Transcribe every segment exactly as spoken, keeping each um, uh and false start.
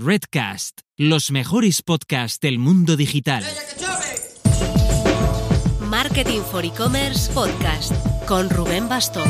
Redcast, los mejores podcasts del mundo digital. Marketing for E-Commerce Podcast con Rubén Bastón.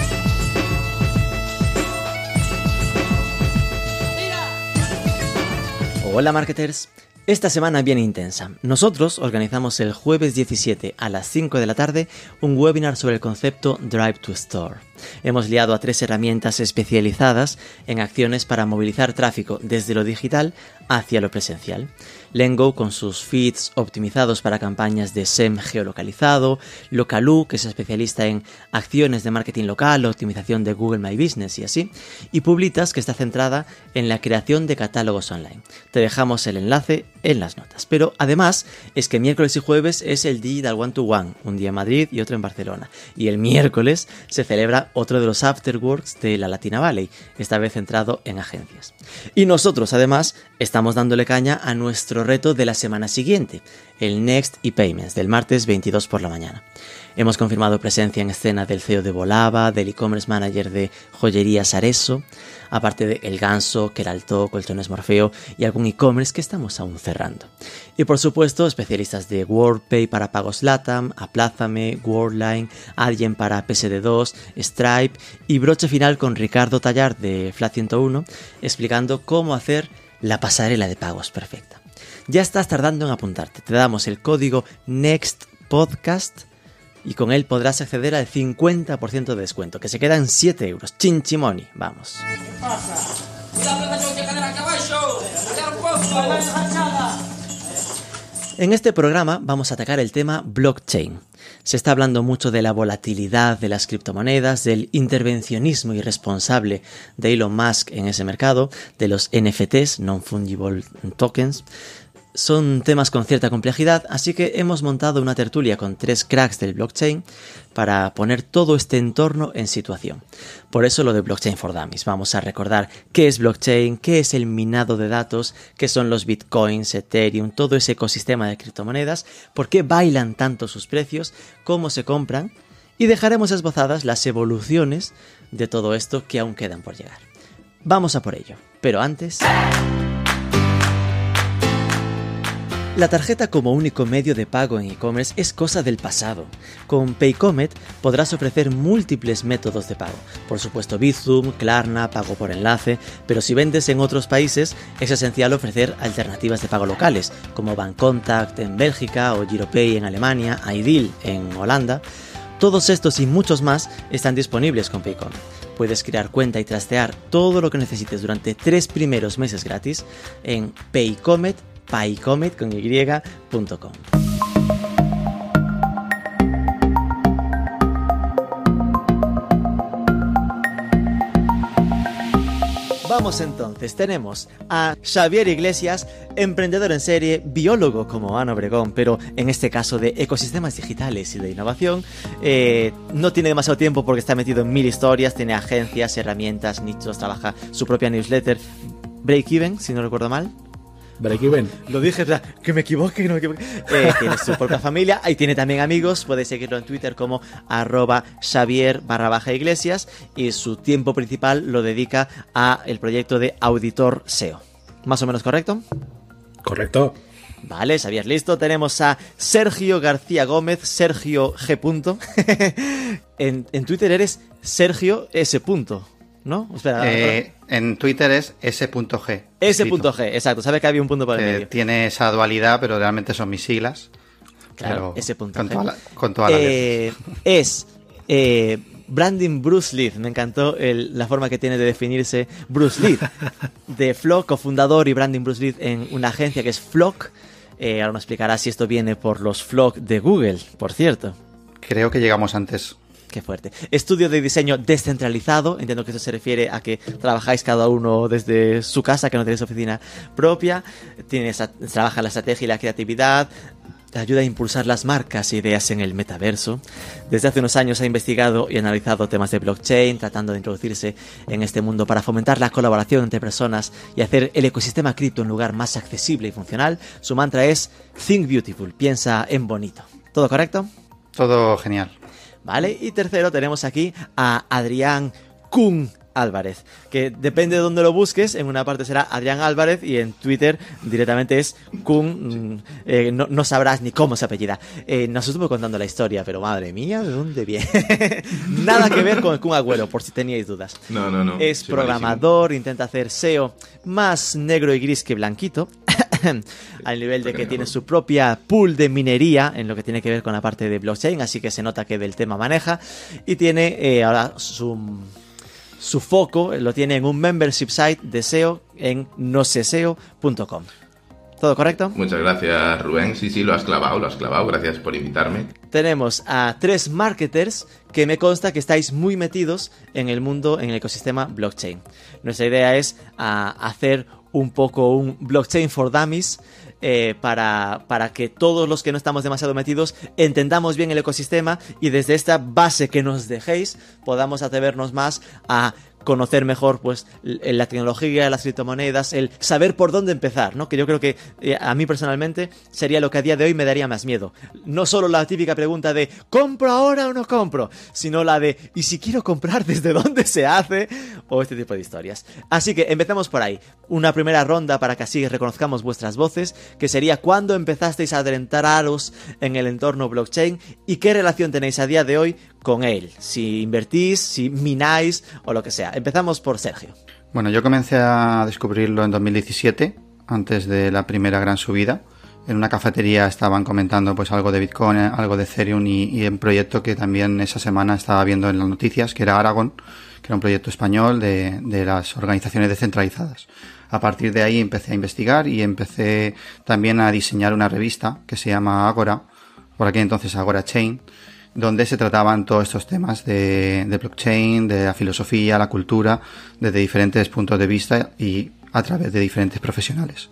Hola marketers, esta semana viene intensa. Nosotros organizamos el jueves diecisiete a las cinco de la tarde un webinar sobre el concepto Drive to Store. Hemos liado a tres herramientas especializadas en acciones para movilizar tráfico desde lo digital hacia lo presencial. Lengo con sus feeds optimizados para campañas de S E M geolocalizado, Localoo, que es especialista en acciones de marketing local, optimización de Google My Business y así, y Publitas, que está centrada en la creación de catálogos online. Te dejamos el enlace en las notas. Pero además es que miércoles y jueves es el Digital One to One, un día en Madrid y otro en Barcelona. Y el miércoles se celebra otro de los afterworks de la Latina Valley, esta vez centrado en agencias. Y nosotros además estamos dándole caña a nuestro reto de la semana siguiente, el Next ePayments, del martes veintidós por la mañana. Hemos confirmado presencia en escena del C E O de Volava, del e-commerce manager de Joyerías Areso, aparte de El Ganso, Keralto, Colchones Morfeo y algún e-commerce que estamos aún cerrando. Y por supuesto, especialistas de WorldPay para pagos LATAM, Aplázame, Worldline, Adyen para P S D dos, Stripe y broche final con Ricardo Tallar de Flat ciento uno explicando cómo hacer la pasarela de pagos perfecta. Ya estás tardando en apuntarte. Te damos el código NEXTPODCAST y con él podrás acceder al cincuenta por ciento de descuento, que se queda en siete euros. Chinchimoni, vamos. ¿Qué pasa? En este programa vamos a atacar el tema blockchain. Se está hablando mucho de la volatilidad de las criptomonedas, del intervencionismo irresponsable de Elon Musk en ese mercado, de los N F Ts, Non-Fungible Tokens. Son temas con cierta complejidad, así que hemos montado una tertulia con tres cracks del blockchain para poner todo este entorno en situación. Por eso lo de Blockchain for Dummies. Vamos a recordar qué es blockchain, qué es el minado de datos, qué son los bitcoins, Ethereum, todo ese ecosistema de criptomonedas, por qué bailan tanto sus precios, cómo se compran, y dejaremos esbozadas las evoluciones de todo esto que aún quedan por llegar. Vamos a por ello, pero antes... La tarjeta como único medio de pago en e-commerce es cosa del pasado. Con Paycomet podrás ofrecer múltiples métodos de pago. Por supuesto Bizum, Klarna, pago por enlace, pero si vendes en otros países es esencial ofrecer alternativas de pago locales, como Bancontact en Bélgica o Giropay en Alemania, Ideal en Holanda. Todos estos y muchos más están disponibles con Paycomet. Puedes crear cuenta y trastear todo lo que necesites durante tres primeros meses gratis en Paycomet, paycomet con y punto com. Vamos entonces, tenemos a Xavier Iglesias, emprendedor en serie, biólogo como Ana Obregón, pero en este caso de ecosistemas digitales y de innovación. Eh, no tiene demasiado tiempo porque está metido en mil historias, tiene agencias, herramientas, nichos, trabaja su propia newsletter, Break Even, si no recuerdo mal. Break Even. Lo dije, que me equivoque, que no me equivoque. Eh, tiene su propia familia y tiene también amigos. Podéis seguirlo en Twitter como arroba Xavier barra baja Iglesias y su tiempo principal lo dedica a el proyecto de Auditor S E O. ¿Más o menos correcto? Correcto. Vale, Xavier, listo. Tenemos a Sergio García Gómez, Sergio G. en, en Twitter eres Sergio S. ¿No? Espera, eh, en Twitter es S.G. S.G, exacto. Sabe que había un punto por el eh, medio. Tiene esa dualidad, pero realmente son mis siglas. Claro, S.G. Con toda la, con toda la eh, es eh, Branding Bruce Lee. Me encantó el, la forma que tiene de definirse Bruce Lee. De Flock, cofundador y Branding Bruce Lee en una agencia que es Flock. Eh, ahora nos explicará si esto viene por los Flock de Google, por cierto. Creo que llegamos antes. Qué fuerte. Estudio de diseño descentralizado. Entiendo que eso se refiere a que trabajáis cada uno desde su casa, que no tenéis oficina propia. Tienes, trabaja la estrategia y la creatividad. Te ayuda a impulsar las marcas e ideas en el metaverso. Desde hace unos años ha investigado y analizado temas de blockchain, tratando de introducirse en este mundo para fomentar la colaboración entre personas y hacer el ecosistema cripto un lugar más accesible y funcional. Su mantra es Think Beautiful, piensa en bonito. ¿Todo correcto? Todo genial. Vale, y tercero tenemos aquí a Adrián Kun Álvarez, que depende de dónde lo busques, en una parte será Adrián Álvarez y en Twitter directamente es Kun, eh, no, no sabrás ni cómo se apellida. Eh, nos estuvo contando la historia, pero madre mía, ¿de dónde viene? Nada que ver con el Kun Agüero, por si teníais dudas. No, no, no. Es programador, malísimo. Intenta hacer S E O más negro y gris que blanquito. Al nivel de que tiene su propia pool de minería en lo que tiene que ver con la parte de blockchain, así que se nota que del tema maneja. Y tiene eh, ahora su... Su foco lo tiene en un membership site de S E O en noseseo punto com. ¿Todo correcto? Muchas gracias, Rubén. Sí, sí, lo has clavado, lo has clavado. Gracias por invitarme. Tenemos a tres marketers que me consta que estáis muy metidos en el mundo, en el ecosistema blockchain. Nuestra idea es a, hacer un poco un blockchain for dummies, Eh, para, para que todos los que no estamos demasiado metidos entendamos bien el ecosistema y desde esta base que nos dejéis podamos atrevernos más a conocer mejor pues la tecnología, las criptomonedas, el saber por dónde empezar, ¿no? Que yo creo que eh, a mí personalmente sería lo que a día de hoy me daría más miedo. No solo la típica pregunta de ¿compro ahora o no compro? Sino la de ¿y si quiero comprar desde dónde se hace? O este tipo de historias. Así que empezamos por ahí. Una primera ronda para que así reconozcamos vuestras voces, que sería ¿cuándo empezasteis a adentraros en el entorno blockchain y qué relación tenéis a día de hoy con él? Si invertís, si mináis o lo que sea. Empezamos por Sergio. Bueno, yo comencé a descubrirlo en dos mil diecisiete, antes de la primera gran subida. En una cafetería estaban comentando pues algo de Bitcoin, algo de Ethereum y, y un proyecto que también esa semana estaba viendo en las noticias, que era Aragon, que era un proyecto español de, de las organizaciones descentralizadas. A partir de ahí empecé a investigar y empecé también a diseñar una revista que se llama Agora, por aquel entonces Agora Chain, donde se trataban todos estos temas de, de blockchain, de la filosofía, la cultura, desde diferentes puntos de vista y a través de diferentes profesionales.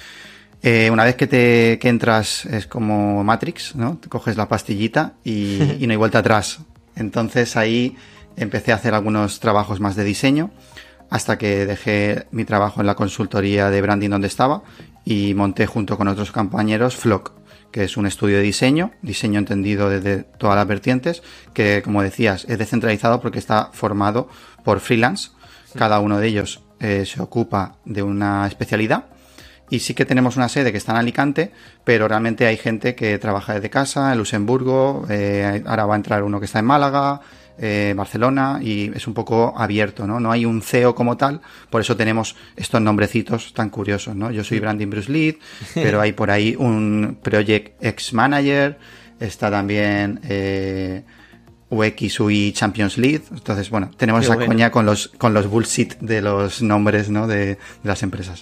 Eh, una vez que te que entras es como Matrix, ¿no? Te coges la pastillita y, y no hay vuelta atrás. Entonces ahí empecé a hacer algunos trabajos más de diseño hasta que dejé mi trabajo en la consultoría de branding donde estaba y monté junto con otros compañeros Flock, que es un estudio de diseño, diseño entendido desde todas las vertientes, que como decías es descentralizado porque está formado por freelance. Cada uno de ellos eh, se ocupa de una especialidad y sí que tenemos una sede que está en Alicante, pero realmente hay gente que trabaja desde casa, en Luxemburgo, eh, ahora va a entrar uno que está en Málaga, eh, Barcelona, y es un poco abierto, ¿no? No hay un C E O como tal, por eso tenemos estos nombrecitos tan curiosos, ¿no? Yo soy Branding Bruce Lead, pero hay por ahí un Project X Manager, está también eh, U X U I Champions Lead, entonces bueno, tenemos Qué esa bueno. coña con los con los bullshit de los nombres, ¿no? de, de las empresas.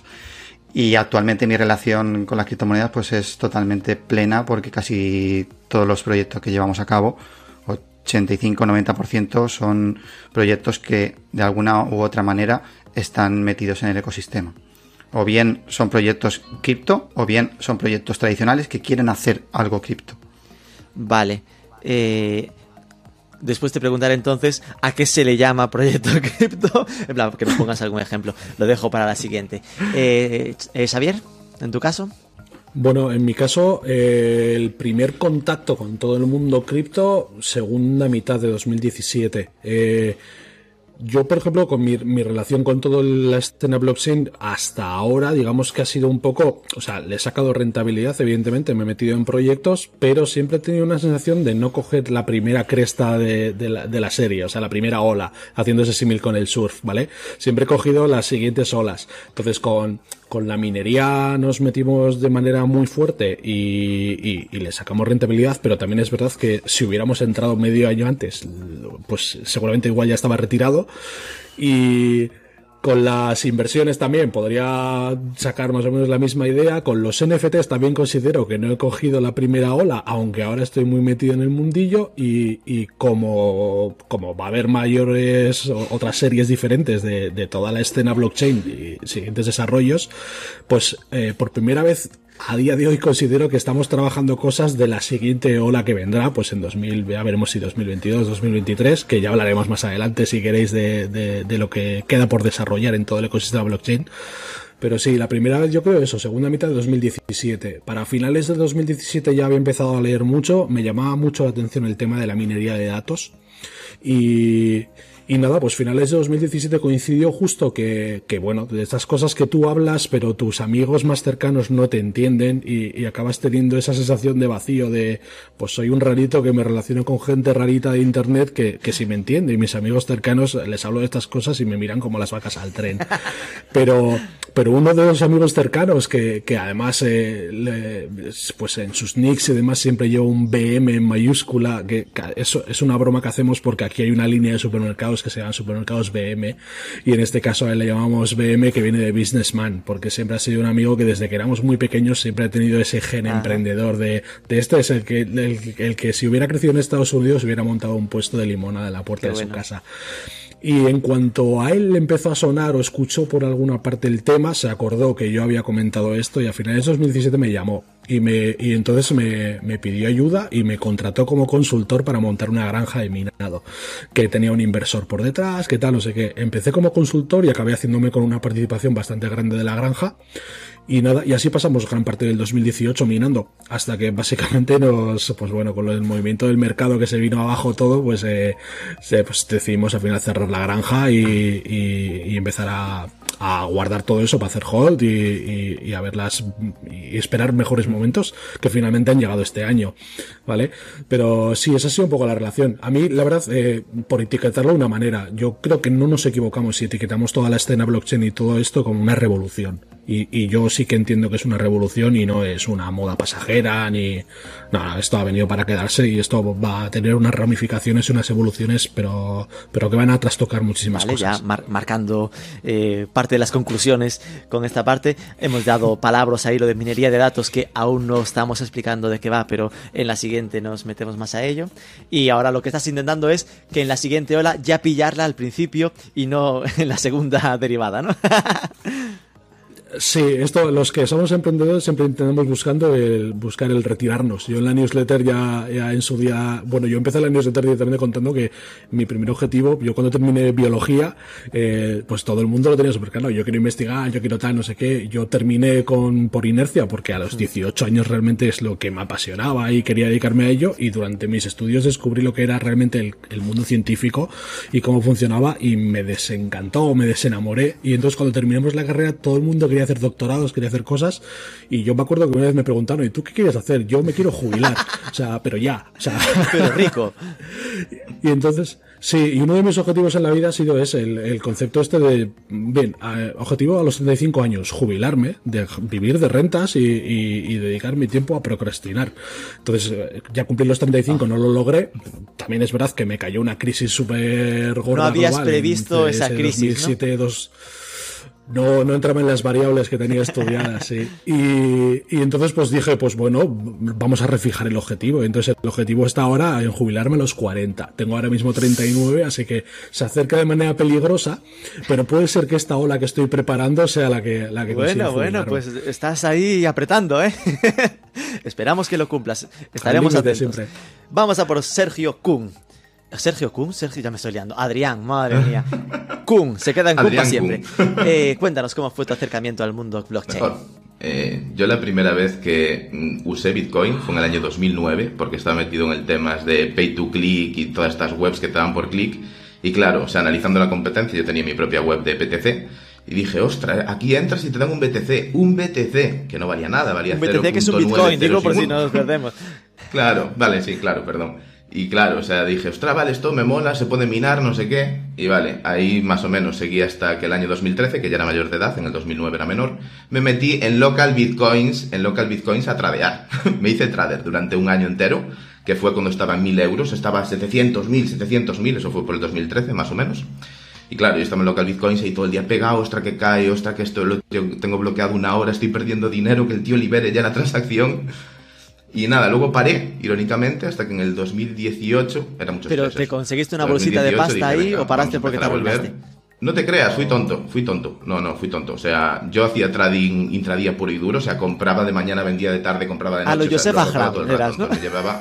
Y actualmente mi relación con las criptomonedas pues es totalmente plena porque casi todos los proyectos que llevamos a cabo, ochenta y cinco a noventa por ciento, son proyectos que de alguna u otra manera están metidos en el ecosistema. O bien son proyectos cripto o bien son proyectos tradicionales que quieren hacer algo cripto. Vale. Eh... Después te preguntaré entonces a qué se le llama proyecto cripto. En plan, que nos pongas algún ejemplo. Lo dejo para la siguiente. Eh, eh, Xavier, ¿en tu caso? Bueno, en mi caso, eh, el primer contacto con todo el mundo cripto, segunda mitad de dos mil diecisiete. Eh, yo, por ejemplo, con mi, mi relación con toda la escena blockchain hasta ahora, digamos que ha sido un poco, o sea, le he sacado rentabilidad, evidentemente, me he metido en proyectos, pero siempre he tenido una sensación de no coger la primera cresta de, de, la, de la serie, o sea, la primera ola, haciendo ese símil con el surf, ¿vale? Siempre he cogido las siguientes olas. Entonces, con... Con la minería nos metimos de manera muy fuerte y, y, y le sacamos rentabilidad, pero también es verdad que si hubiéramos entrado medio año antes, pues seguramente igual ya estaba retirado. Y con las inversiones también podría sacar más o menos la misma idea. Con los N F Ts también considero que no he cogido la primera ola, aunque ahora estoy muy metido en el mundillo y, y como, como va a haber mayores otras series diferentes de, de toda la escena blockchain y siguientes desarrollos, pues eh, por primera vez a día de hoy considero que estamos trabajando cosas de la siguiente ola que vendrá, pues en dos mil, ya veremos si dos mil veintidós, dos mil veintitrés, que ya hablaremos más adelante si queréis de, de, de lo que queda por desarrollar en todo el ecosistema blockchain. Pero sí, la primera vez yo creo eso, segunda mitad de dos mil diecisiete. Para finales de dos mil diecisiete ya había empezado a leer mucho, me llamaba mucho la atención el tema de la minería de datos y... Y nada, pues finales de dos mil diecisiete coincidió justo que, que bueno, de estas cosas que tú hablas, pero tus amigos más cercanos no te entienden y, y acabas teniendo esa sensación de vacío de, pues soy un rarito que me relaciono con gente rarita de internet que, que sí me entiende, y mis amigos cercanos les hablo de estas cosas y me miran como las vacas al tren. Pero, pero uno de los amigos cercanos que, que además, eh, le, pues en sus nicks y demás siempre lleva un B M en mayúscula, que, que eso es una broma que hacemos porque aquí hay una línea de supermercados que se llaman supermercados B M, y en este caso a él le llamamos B M, que viene de businessman, porque siempre ha sido un amigo que desde que éramos muy pequeños siempre ha tenido ese gen ah. emprendedor de, de este es el que, el, el que si hubiera crecido en Estados Unidos hubiera montado un puesto de limonada en la puerta Qué de bueno. su casa. Y en cuanto a él le empezó a sonar o escuchó por alguna parte el tema, se acordó que yo había comentado esto y a finales de dos mil diecisiete me llamó y me y entonces me, me pidió ayuda y me contrató como consultor para montar una granja de minado, que tenía un inversor por detrás, que tal, no sé qué. Empecé como consultor y acabé haciéndome con una participación bastante grande de la granja. Y nada, y así pasamos gran parte del dos mil dieciocho minando, hasta que básicamente nos, pues bueno, con el movimiento del mercado que se vino abajo todo, pues, eh, se, pues decidimos al final cerrar la granja y, y, y empezar a, a guardar todo eso para hacer hold y, y, y a verlas y esperar mejores momentos que finalmente han llegado este año, ¿vale? Pero sí, esa ha sido un poco la relación. A mí, la verdad, eh, por etiquetarlo de una manera, yo creo que no nos equivocamos si etiquetamos toda la escena blockchain y todo esto como una revolución. Y, y yo sí que entiendo que es una revolución y no es una moda pasajera ni no, esto ha venido para quedarse y esto va a tener unas ramificaciones y unas evoluciones pero pero que van a trastocar muchísimas vale, cosas. Ya mar- marcando eh, parte de las conclusiones con esta parte, hemos dado palabras ahí lo de minería de datos que aún no estamos explicando de qué va, pero en la siguiente nos metemos más a ello. Y ahora lo que estás intentando es que en la siguiente ola ya pillarla al principio y no en la segunda derivada, ¿no? Sí, esto, los que somos emprendedores siempre intentamos buscando el, buscar el retirarnos. Yo en la newsletter ya, ya en su día, bueno, yo empecé la newsletter directamente contando que mi primer objetivo, yo cuando terminé biología, eh, pues todo el mundo lo tenía súper claro. Yo quiero investigar, yo quiero tal, no sé qué. Yo terminé con, por inercia, porque a los dieciocho años realmente es lo que me apasionaba y quería dedicarme a ello. Y durante mis estudios descubrí lo que era realmente el, el mundo científico y cómo funcionaba y me desencantó, me desenamoré. Y entonces cuando terminamos la carrera todo el mundo quería hacer doctorados, quería hacer cosas y yo me acuerdo que una vez me preguntaron ¿y tú qué quieres hacer? Yo me quiero jubilar, o sea, pero ya, o sea, pero rico. Y entonces, sí, y uno de mis objetivos en la vida ha sido ese, el, el concepto este de, bien, eh, objetivo a los treinta y cinco años, jubilarme, de vivir de rentas y, y, y dedicar mi tiempo a procrastinar. Entonces, eh, ya cumplí los treinta y cinco, no lo logré. También es verdad que me cayó una crisis súper gorda. No habías global, previsto esa crisis, dos mil siete, ¿no? Dos, No, no entraba en las variables que tenía estudiadas, sí. Y, y entonces pues dije, pues bueno, vamos a refijar el objetivo. Entonces el objetivo está ahora en jubilarme a los cuarenta. Tengo ahora mismo treinta y nueve, así que se acerca de manera peligrosa, pero puede ser que esta ola que estoy preparando sea la que la que Bueno, bueno, pues estás ahí apretando, ¿eh? Esperamos que lo cumplas. Estaremos atentos. Siempre. Vamos a por Sergio Kuhn. Sergio Kuhn, Sergio, ya me estoy liando. Adrián, madre mía. Kuhn, se queda en Kuhn para siempre. Eh, cuéntanos cómo fue tu acercamiento al mundo blockchain. Mejor. Eh, yo la primera vez que mm, usé Bitcoin fue en el año dos mil nueve, porque estaba metido en el tema de pay to click y todas estas webs que te dan por click. Y claro, o sea, analizando la competencia, yo tenía mi propia web de B T C. Y dije, ostras, aquí entras y te dan un B T C. Un B T C, que no valía nada, valía un B T C que es un Bitcoin, digo por si no nos perdemos. Claro, vale, sí, claro, perdón. Y claro, o sea, dije, ostras, vale, esto me mola, se puede minar, no sé qué. Y vale, ahí más o menos seguí hasta que el año dos mil trece, que ya era mayor de edad, en el dos mil nueve era menor, me metí en local bitcoins, en local bitcoins a tradear. Me hice trader durante un año entero, que fue cuando estaba en mil euros, estaba a setecientos mil, setecientos mil, eso fue por el dos mil trece más o menos. Y claro, yo estaba en local bitcoins ahí todo el día pegado, ostras que cae, ostras que esto lo tengo bloqueado una hora, estoy perdiendo dinero, que el tío libere ya la transacción. Y nada, luego paré, irónicamente, hasta que en el dos mil dieciocho era mucho ¿Pero estrés, te conseguiste una bolsita de pasta dije, ahí o paraste porque te volviste? No te creas, fui tonto, fui tonto. No, no, fui tonto. O sea, yo hacía trading intradía puro y duro, o sea, compraba de mañana, vendía de tarde, compraba de noche. A lo Joseph Ahrab, eras, ¿no? Me llevaba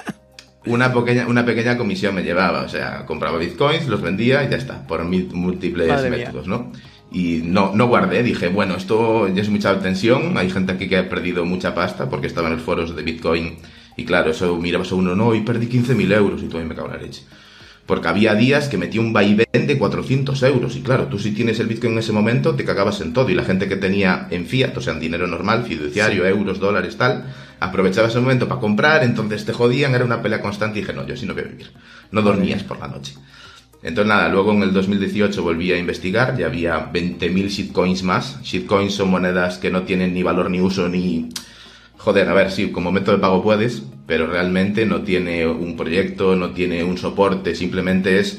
una pequeña, una pequeña comisión me llevaba, o sea, compraba bitcoins, los vendía y ya está, por múltiples Madre métodos, mía. ¿no? Y no, no guardé, dije, bueno, esto ya es mucha tensión, hay gente aquí que ha perdido mucha pasta porque estaba en los foros de Bitcoin y claro, eso mirabas a uno, no, y perdí quince mil euros y todo y me cago en la leche. Porque había días que metía un vaivén de cuatrocientos euros. Y claro, tú si tienes el Bitcoin en ese momento, te cagabas en todo. Y la gente que tenía en fiat, o sea, en dinero normal, fiduciario, sí. euros, dólares, tal, aprovechaba ese momento para comprar, entonces te jodían, era una pelea constante. Y dije, no, yo sí no voy a vivir. No dormías por la noche. Entonces nada, luego en el dos mil dieciocho volví a investigar, ya había veinte mil shitcoins más. Shitcoins son monedas que no tienen ni valor ni uso ni... Joder, a ver, sí, como método de pago puedes, pero realmente no tiene un proyecto, no tiene un soporte, simplemente es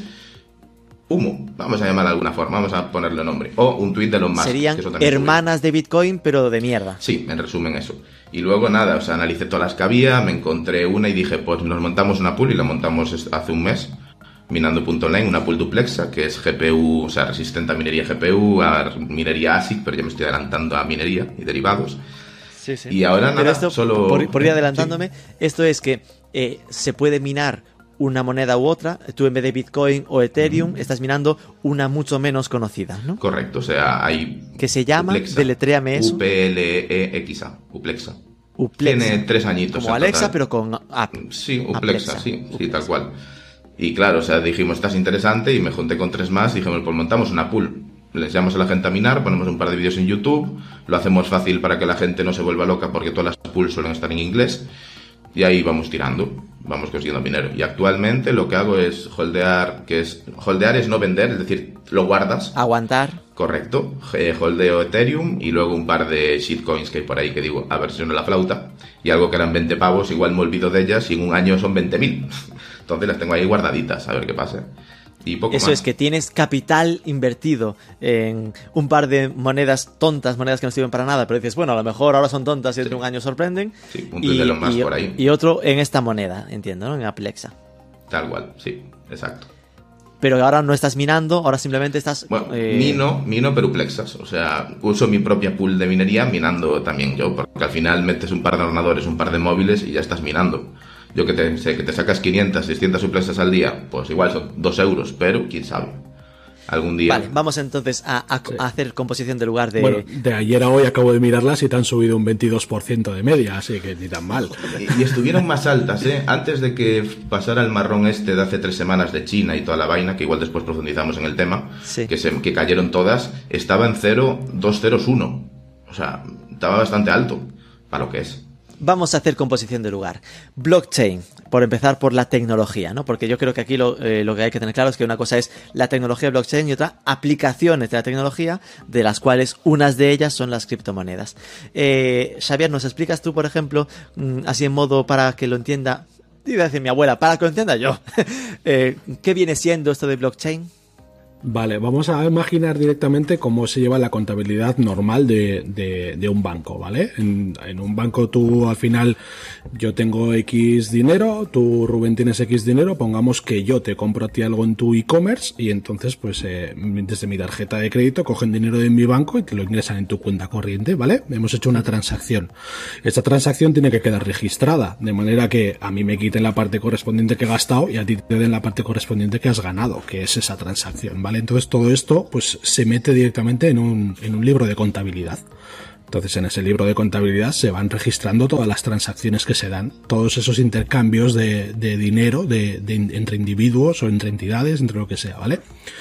humo, vamos a llamarlo de alguna forma, vamos a ponerle nombre. O un tuit de Elon Musk. Serían hermanas de Bitcoin, pero de mierda. Sí, en resumen eso. Y luego nada, o sea, analicé todas las que había, me encontré una y dije, pues nos montamos una pool y la montamos hace un mes. Minando.online, una pool duplexa, que es G P U, o sea, resistente a minería G P U, a minería A S I C, pero ya me estoy adelantando a minería y derivados. Sí, sí. Y ahora nada, pero esto, solo... por, por ir adelantándome, sí. Esto es que eh, se puede minar una moneda u otra. Tú en vez de Bitcoin o Ethereum mm. estás minando una mucho menos conocida, ¿no? Correcto, o sea, hay... Que se llama, Uplexa. Deletréame eso. U P L E X A, Uplexa. Uplexa. Tiene tres añitos. Como Alexa, total. Pero con app. Sí, Uplexa, Uplexa. sí, Uplexa. sí, tal cual. Y claro, o sea, dijimos, estás interesante, y me junté con tres más, y dijimos, pues montamos una pool. Les llamamos a la gente a minar, ponemos un par de vídeos en YouTube, lo hacemos fácil para que la gente no se vuelva loca porque todas las pools suelen estar en inglés, y ahí vamos tirando, vamos consiguiendo dinero. Y actualmente lo que hago es holdear, que es, holdear es no vender, es decir, lo guardas. Aguantar. Correcto, eh, holdeo Ethereum y luego un par de shitcoins que hay por ahí que digo, a ver si no la flauta, y algo que eran veinte pavos, igual me olvido de ellas y en un año son veinte mil. Entonces las tengo ahí guardaditas, a ver qué pasa. Y poco Eso más. Es que tienes capital invertido en un par de monedas tontas, monedas que no sirven para nada, pero dices, bueno, a lo mejor ahora son tontas y dentro de un año sorprenden. Sí, un tuit de Elon Musk por ahí. Y otro en esta moneda, entiendo, ¿no? En Uplexa. Tal cual, sí, exacto. Pero ahora no estás minando, ahora simplemente estás... Bueno, eh... mino, mino pero Uplexas, o sea, uso mi propia pool de minería minando también yo, porque al final metes un par de ordenadores, un par de móviles y ya estás minando. Yo que te sé que te sacas quinientas, seiscientas Uplexas al día, pues igual son dos euros, pero quién sabe. Algún día. Vale, vamos entonces a, a, sí. a hacer composición de lugar de... Bueno, de ayer a hoy acabo de mirarlas y te han subido un veintidós por ciento de media, así que ni tan mal. Y, y estuvieron más altas, ¿eh? Antes de que pasara el marrón este de hace tres semanas de China y toda la vaina, que igual después profundizamos en el tema, sí. que, se, que cayeron todas, estaba en cero coma dos cero uno. O sea, estaba bastante alto para lo que es. Vamos a hacer composición de lugar. Blockchain, por empezar por la tecnología, ¿no? Porque yo creo que aquí lo, eh, lo que hay que tener claro es que una cosa es la tecnología de blockchain y otra aplicaciones de la tecnología, de las cuales unas de ellas son las criptomonedas. Eh, Xavier, ¿nos explicas tú, por ejemplo, así en modo para que lo entienda, iba a decir mi abuela, para que lo entienda yo, eh, ¿qué viene siendo esto de blockchain? Vale, vamos a imaginar directamente cómo se lleva la contabilidad normal de, de, de un banco, ¿vale? En, en un banco tú al final, yo tengo X dinero, tú Rubén tienes X dinero, pongamos que yo te compro a ti algo en tu e-commerce y entonces pues eh, desde mi tarjeta de crédito cogen dinero de mi banco y te lo ingresan en tu cuenta corriente, ¿vale? Hemos hecho una transacción. Esta transacción tiene que quedar registrada, de manera que a mí me quiten la parte correspondiente que he gastado y a ti te den la parte correspondiente que has ganado, que es esa transacción, ¿vale? Entonces todo esto pues se mete directamente en un, en un libro de contabilidad. Entonces en ese libro de contabilidad se van registrando todas las transacciones que se dan, todos esos intercambios de, de dinero de, de, entre individuos o entre entidades, entre lo que sea, ¿vale?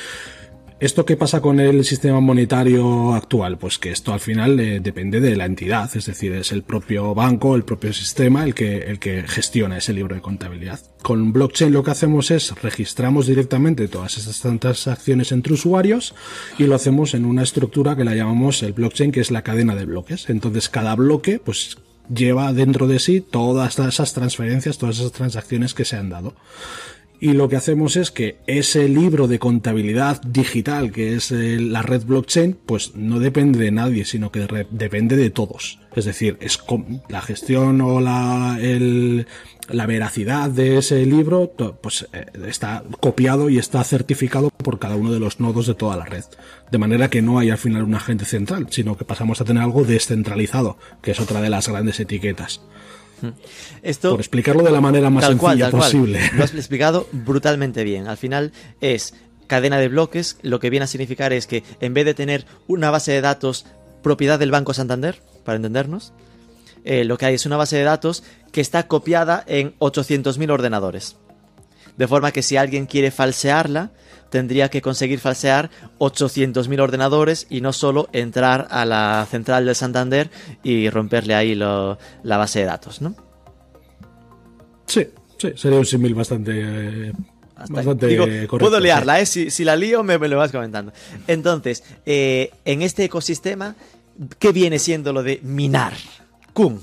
¿Esto qué pasa con el sistema monetario actual? Pues que esto al final eh, depende de la entidad, es decir, es el propio banco, el propio sistema el que, el que gestiona ese libro de contabilidad. Con blockchain lo que hacemos es registramos directamente todas estas transacciones entre usuarios y lo hacemos en una estructura que la llamamos el blockchain, que es la cadena de bloques. Entonces cada bloque pues lleva dentro de sí todas esas transferencias, todas esas transacciones que se han dado. Y lo que hacemos es que ese libro de contabilidad digital, que es eh, la red blockchain, pues no depende de nadie, sino que re- depende de todos. Es decir, es com- la gestión o la, el, la veracidad de ese libro, to- pues eh, está copiado y está certificado por cada uno de los nodos de toda la red. De manera que no hay al final un agente central, sino que pasamos a tener algo descentralizado, que es otra de las grandes etiquetas. Esto, por explicarlo de la manera más tal cual, sencilla tal posible. Cual. Lo has explicado brutalmente bien. Al final es cadena de bloques. Lo que viene a significar es que en vez de tener una base de datos propiedad del Banco Santander, para entendernos, eh, lo que hay es una base de datos que está copiada en ochocientos mil ordenadores. De forma que si alguien quiere falsearla, tendría que conseguir falsear ochocientos mil ordenadores y no solo entrar a la central del Santander y romperle ahí lo, la base de datos, ¿no? Sí, sí, sería un símil bastante, eh, bastante Digo, correcto. puedo liarla, ¿eh? Si, si la lío, me, me lo vas comentando. Entonces, eh, en este ecosistema, ¿qué viene siendo lo de minar? Kun.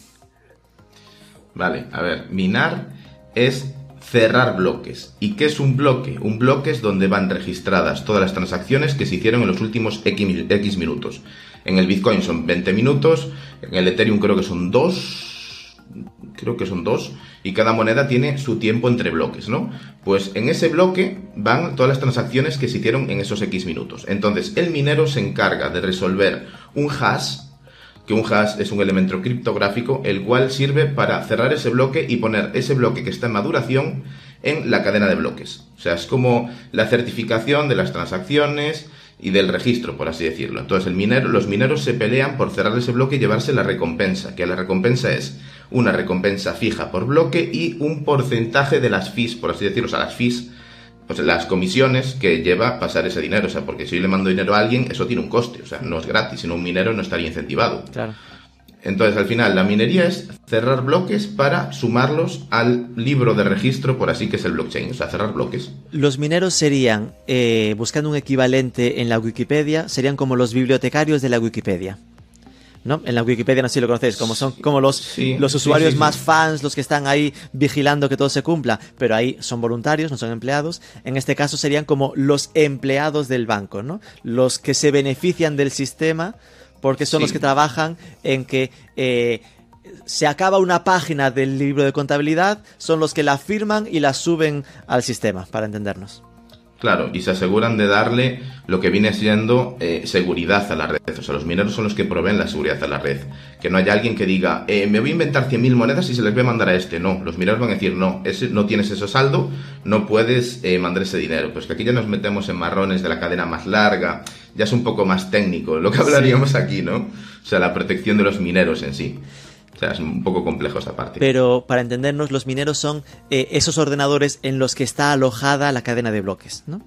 Vale, a ver, minar es cerrar bloques. ¿Y qué es un bloque? Un bloque es donde van registradas todas las transacciones que se hicieron en los últimos X, X minutos. En el Bitcoin son veinte minutos, en el Ethereum creo que son dos, creo que son dos, y cada moneda tiene su tiempo entre bloques, ¿no? Pues en ese bloque van todas las transacciones que se hicieron en esos X minutos. Entonces, el minero se encarga de resolver un hash, que un hash es un elemento criptográfico, el cual sirve para cerrar ese bloque y poner ese bloque que está en maduración en la cadena de bloques. O sea, es como la certificación de las transacciones y del registro, por así decirlo. Entonces, el minero, los mineros se pelean por cerrar ese bloque y llevarse la recompensa, que la recompensa es una recompensa fija por bloque y un porcentaje de las fees, por así decirlo, o sea, las fees, pues las comisiones que lleva pasar ese dinero. O sea, porque si yo le mando dinero a alguien, eso tiene un coste, o sea, no es gratis, sino un minero no estaría incentivado. Claro. Entonces, al final, la minería es cerrar bloques para sumarlos al libro de registro, por así que es el blockchain, o sea, cerrar bloques. Los mineros serían, eh, buscando un equivalente en la Wikipedia, serían como los bibliotecarios de la Wikipedia, ¿no? En la Wikipedia, no sé si lo conocéis, como son como los, sí, los usuarios sí, sí, más sí. fans, los que están ahí vigilando que todo se cumpla, pero ahí son voluntarios, no son empleados. En este caso serían como los empleados del banco, ¿no? Los que se benefician del sistema porque son Sí. los que trabajan en que eh, se acaba una página del libro de contabilidad, son los que la firman y la suben al sistema, para entendernos. Claro, y se aseguran de darle lo que viene siendo eh, seguridad a la red. O sea, los mineros son los que proveen la seguridad a la red. Que no haya alguien que diga, eh, me voy a inventar cien mil monedas y se les voy a mandar a este. No, los mineros van a decir, no, ese, no tienes ese saldo, no puedes eh, mandar ese dinero. Pues que aquí ya nos metemos en marrones de la cadena más larga, ya es un poco más técnico lo que hablaríamos sí. aquí, ¿no? O sea, la protección de los mineros en sí. O sea, es un poco complejo esa parte. Pero, para entendernos, los mineros son eh, esos ordenadores en los que está alojada la cadena de bloques, ¿no?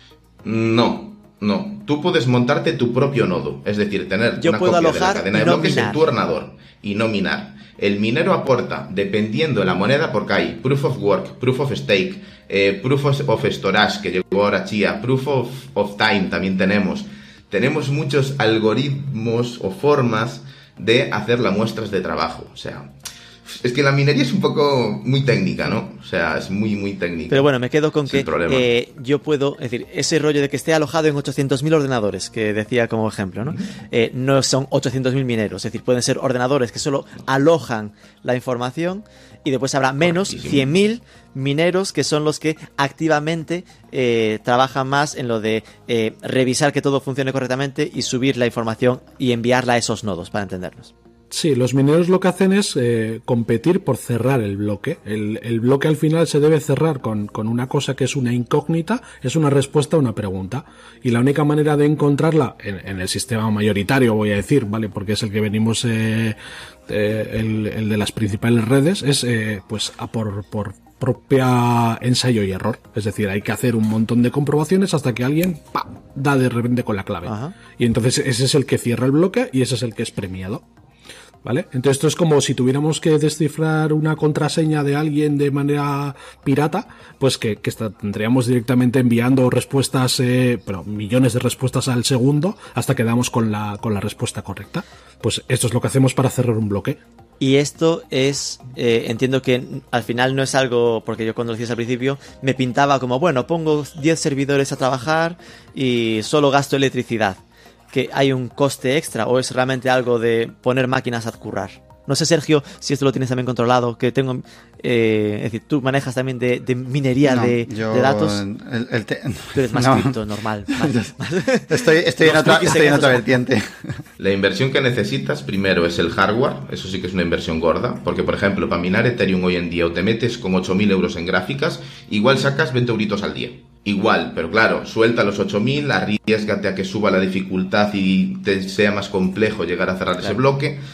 No, no. Tú puedes montarte tu propio nodo. Es decir, tener Yo una puedo copia alojar de la cadena y de no bloques minar. en tu ordenador y no minar. El minero aporta, dependiendo de la moneda, porque hay Proof of Work, Proof of Stake, eh, Proof of Storage, que llegó ahora Chia, Proof of, of Time también tenemos. Tenemos muchos algoritmos o formas de hacer las muestras de trabajo. O sea, es que la minería es un poco muy técnica, ¿no? O sea, es muy, muy técnica. Pero bueno, me quedo con Sin que problema. eh, yo puedo, es decir, ese rollo de que esté alojado en ochocientos mil ordenadores, que decía como ejemplo, ¿no? Eh, no son ochocientos mil mineros, es decir, pueden ser ordenadores que solo alojan la información y después habrá menos, Correctísimo. cien mil mineros que son los que activamente eh, trabajan más en lo de eh, revisar que todo funcione correctamente y subir la información y enviarla a esos nodos, para entendernos. Sí, los mineros lo que hacen es eh, competir por cerrar el bloque. El, el bloque al final se debe cerrar con, con una cosa que es una incógnita, es una respuesta a una pregunta. Y la única manera de encontrarla en, en el sistema mayoritario, voy a decir, ¿vale? Porque es el que venimos, eh, eh, el, el de las principales redes, es eh, pues a por, por propia ensayo y error. Es decir, hay que hacer un montón de comprobaciones hasta que alguien ¡pa! Da de repente con la clave. Ajá. Y entonces ese es el que cierra el bloque y ese es el que es premiado. ¿Vale? Entonces esto es como si tuviéramos que descifrar una contraseña de alguien de manera pirata, pues que, que está, tendríamos directamente enviando respuestas, eh, pero millones de respuestas al segundo hasta que damos con la, con la respuesta correcta. Pues esto es lo que hacemos para cerrar un bloque. Y esto es, eh, entiendo que al final no es algo, porque yo cuando lo decías al principio, me pintaba como, bueno, pongo diez servidores a trabajar y solo gasto electricidad. Que hay un coste extra o es realmente algo de poner máquinas a currar. No sé, Sergio, si esto lo tienes también controlado, que tengo, eh, es decir, tú manejas también de, de minería No, de, yo, de datos. El, el te... Tú eres más no. cripto, normal. Más, más. Estoy, estoy en Los otra, frikis estoy en en otra eso. vertiente. La inversión que necesitas primero es el hardware, eso sí que es una inversión gorda, porque por ejemplo, para minar Ethereum hoy en día o te metes con ocho mil euros en gráficas, igual sacas veinte euritos al día. Igual, pero claro, suelta los ocho mil, arriésgate a que suba la dificultad y te sea más complejo llegar a cerrar Claro. ese bloque.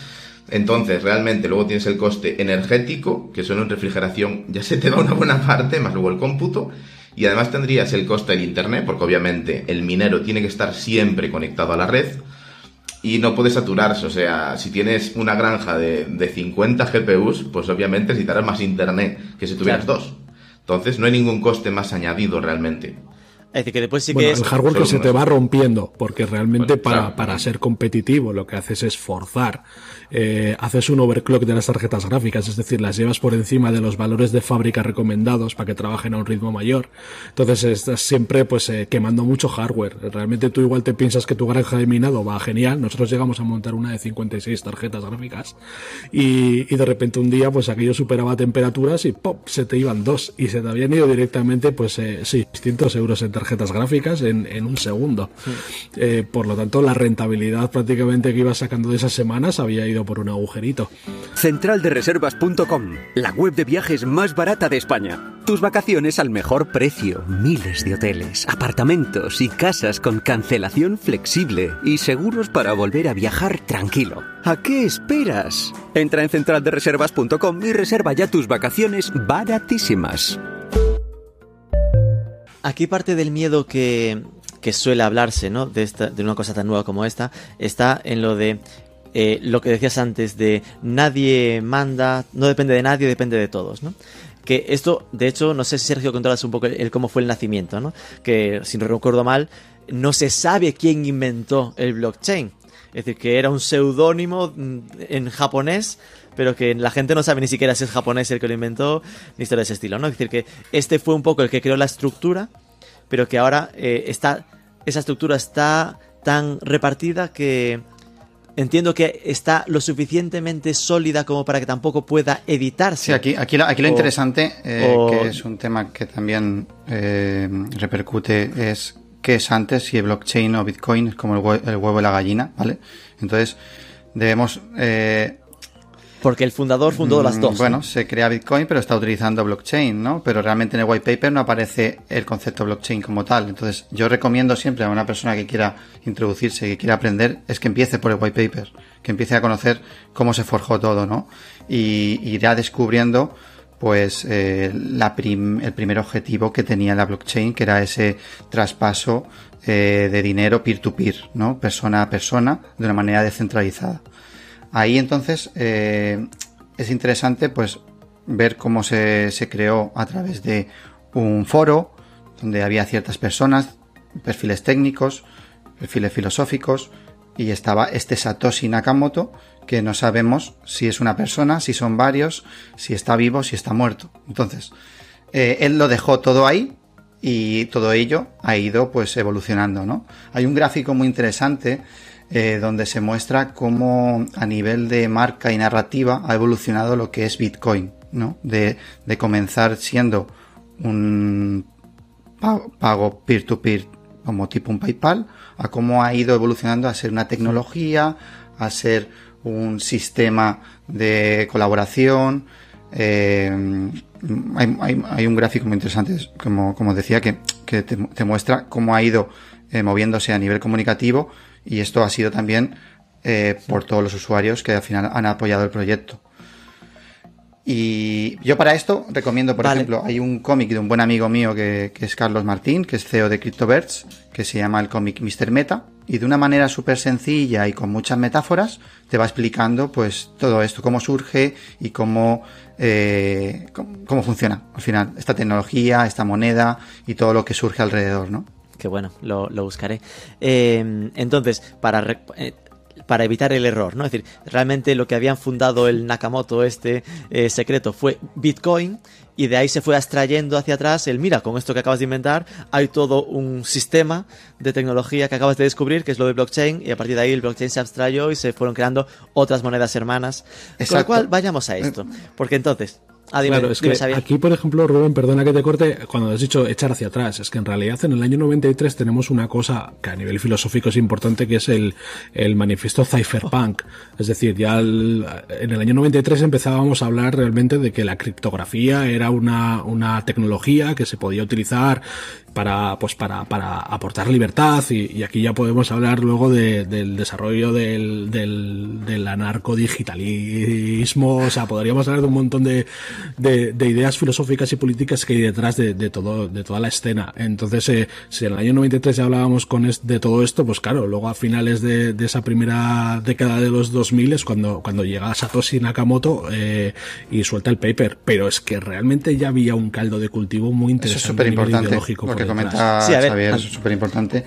Entonces, realmente, luego tienes el coste energético, que solo en refrigeración ya se te va una buena parte, más luego el cómputo, y además tendrías el coste del internet, porque obviamente el minero tiene que estar siempre conectado a la red, y no puede saturarse. O sea, si tienes una granja de, de cincuenta G P Us, pues obviamente necesitarás más internet que si tuvieras claro. dos. Entonces, no hay ningún coste más añadido realmente. Es decir, que después sí bueno, que es... el hardware que se te va rompiendo, porque realmente bueno, para, claro. para ser competitivo lo que haces es forzar, eh, haces un overclock de las tarjetas gráficas, es decir, las llevas por encima de los valores de fábrica recomendados para que trabajen a un ritmo mayor. Entonces estás siempre pues eh, quemando mucho hardware. Realmente tú igual te piensas que tu granja de minado va genial. Nosotros llegamos a montar una de cincuenta y seis tarjetas gráficas y, y de repente un día pues aquello superaba temperaturas y ¡pop! Se te iban dos y se te habían ido directamente pues eh, seiscientos euros en tarjetas gráficas en, en un segundo. Sí. Eh, por lo tanto, la rentabilidad prácticamente que ibas sacando de esas semanas había ido por un agujerito. central de reservas punto com, la web de viajes más barata de España. Tus vacaciones al mejor precio. Miles de hoteles, apartamentos y casas con cancelación flexible y seguros para volver a viajar tranquilo. ¿A qué esperas? Entra en central de reservas punto com y reserva ya tus vacaciones baratísimas. Aquí parte del miedo que, que suele hablarse, ¿no? De, esta, de una cosa tan nueva como esta, está en lo de eh, lo que decías antes, de nadie manda, no depende de nadie, depende de todos, ¿no? Que esto, de hecho, no sé si Sergio controlas un poco el, el cómo fue el nacimiento, ¿no? Que, si no recuerdo mal, no se sabe quién inventó el blockchain. Es decir, que era un seudónimo en japonés, pero que la gente no sabe ni siquiera si es japonés el que lo inventó, ni historia de ese estilo, ¿no? Es decir, que este fue un poco el que creó la estructura, pero que ahora eh, está, esa estructura está tan repartida que entiendo que está lo suficientemente sólida como para que tampoco pueda editarse. Sí, aquí, aquí, lo, aquí lo o, interesante, eh, o... que es un tema que también eh, repercute, es qué es antes, si el blockchain o Bitcoin, es como el, hue- el huevo y la gallina, ¿vale? Entonces, debemos... Eh, Porque el fundador fundó las dos. Bueno, ¿no? se crea Bitcoin, pero está utilizando blockchain, ¿no? Pero realmente en el white paper no aparece el concepto blockchain como tal. Entonces, yo recomiendo siempre a una persona que quiera introducirse, que quiera aprender, es que empiece por el white paper, que empiece a conocer cómo se forjó todo, ¿no? Y irá descubriendo, pues, eh, la prim- el primer objetivo que tenía la blockchain, que era ese traspaso eh, de dinero peer-to-peer, ¿no? Persona a persona, de una manera descentralizada. Ahí entonces eh, es interesante pues ver cómo se, se creó a través de un foro donde había ciertas personas, perfiles técnicos, perfiles filosóficos, y estaba este Satoshi Nakamoto, que no sabemos si es una persona, si son varios, si está vivo, si está muerto. Entonces, eh, él lo dejó todo ahí y todo ello ha ido pues evolucionando, ¿no? Hay un gráfico muy interesante Eh, donde se muestra cómo a nivel de marca y narrativa ha evolucionado lo que es Bitcoin, ¿no? De, de comenzar siendo un pago peer-to-peer como tipo un PayPal, a cómo ha ido evolucionando a ser una tecnología, a ser un sistema de colaboración. Eh, hay, hay, hay un gráfico muy interesante, como, como decía, que, que te, te muestra cómo ha ido eh, moviéndose a nivel comunicativo. Y esto ha sido también eh, por todos los usuarios que al final han apoyado el proyecto. Y yo para esto recomiendo, por vale. ejemplo, hay un cómic de un buen amigo mío que, que es Carlos Martín, que es C E O de CryptoBirds, que se llama el cómic mister Meta, y de una manera súper sencilla y con muchas metáforas te va explicando pues todo esto, cómo surge y cómo, eh, cómo, cómo funciona al final esta tecnología, esta moneda y todo lo que surge alrededor, ¿no? Que bueno, lo, lo buscaré. Eh, entonces, para, re, eh, para evitar el error, ¿no? Es decir, realmente lo que habían fundado el Nakamoto este eh, secreto fue Bitcoin, y de ahí se fue abstrayendo hacia atrás el, mira, con esto que acabas de inventar, hay todo un sistema de tecnología que acabas de descubrir, que es lo de blockchain, y a partir de ahí el blockchain se abstrayó y se fueron creando otras monedas hermanas. Exacto. Con lo cual, vayamos a esto. Porque entonces, Ah, dime, claro, es dime, que Xavier. Aquí, por ejemplo, Rubén, perdona que te corte, cuando has dicho echar hacia atrás, es que en realidad en el año noventa y tres tenemos una cosa que a nivel filosófico es importante, que es el, el manifiesto Cypherpunk. Es decir, ya el, en el año noventa y tres empezábamos a hablar realmente de que la criptografía era una, una tecnología que se podía utilizar para, pues para, para aportar libertad, y, y aquí ya podemos hablar luego de, del desarrollo del, del, del anarcodigitalismo. O sea, podríamos hablar de un montón de, de, de ideas filosóficas y políticas que hay detrás de, de todo, de toda la escena. Entonces, eh, si en el año noventa y tres ya hablábamos con es, de todo esto, pues claro, luego a finales de, de esa primera década de los dos mil es cuando, cuando llega Satoshi Nakamoto eh, y suelta el paper. Pero es que realmente ya había un caldo de cultivo muy interesante. Eso es súper importante. Que comenta sí, Xavier, es súper importante.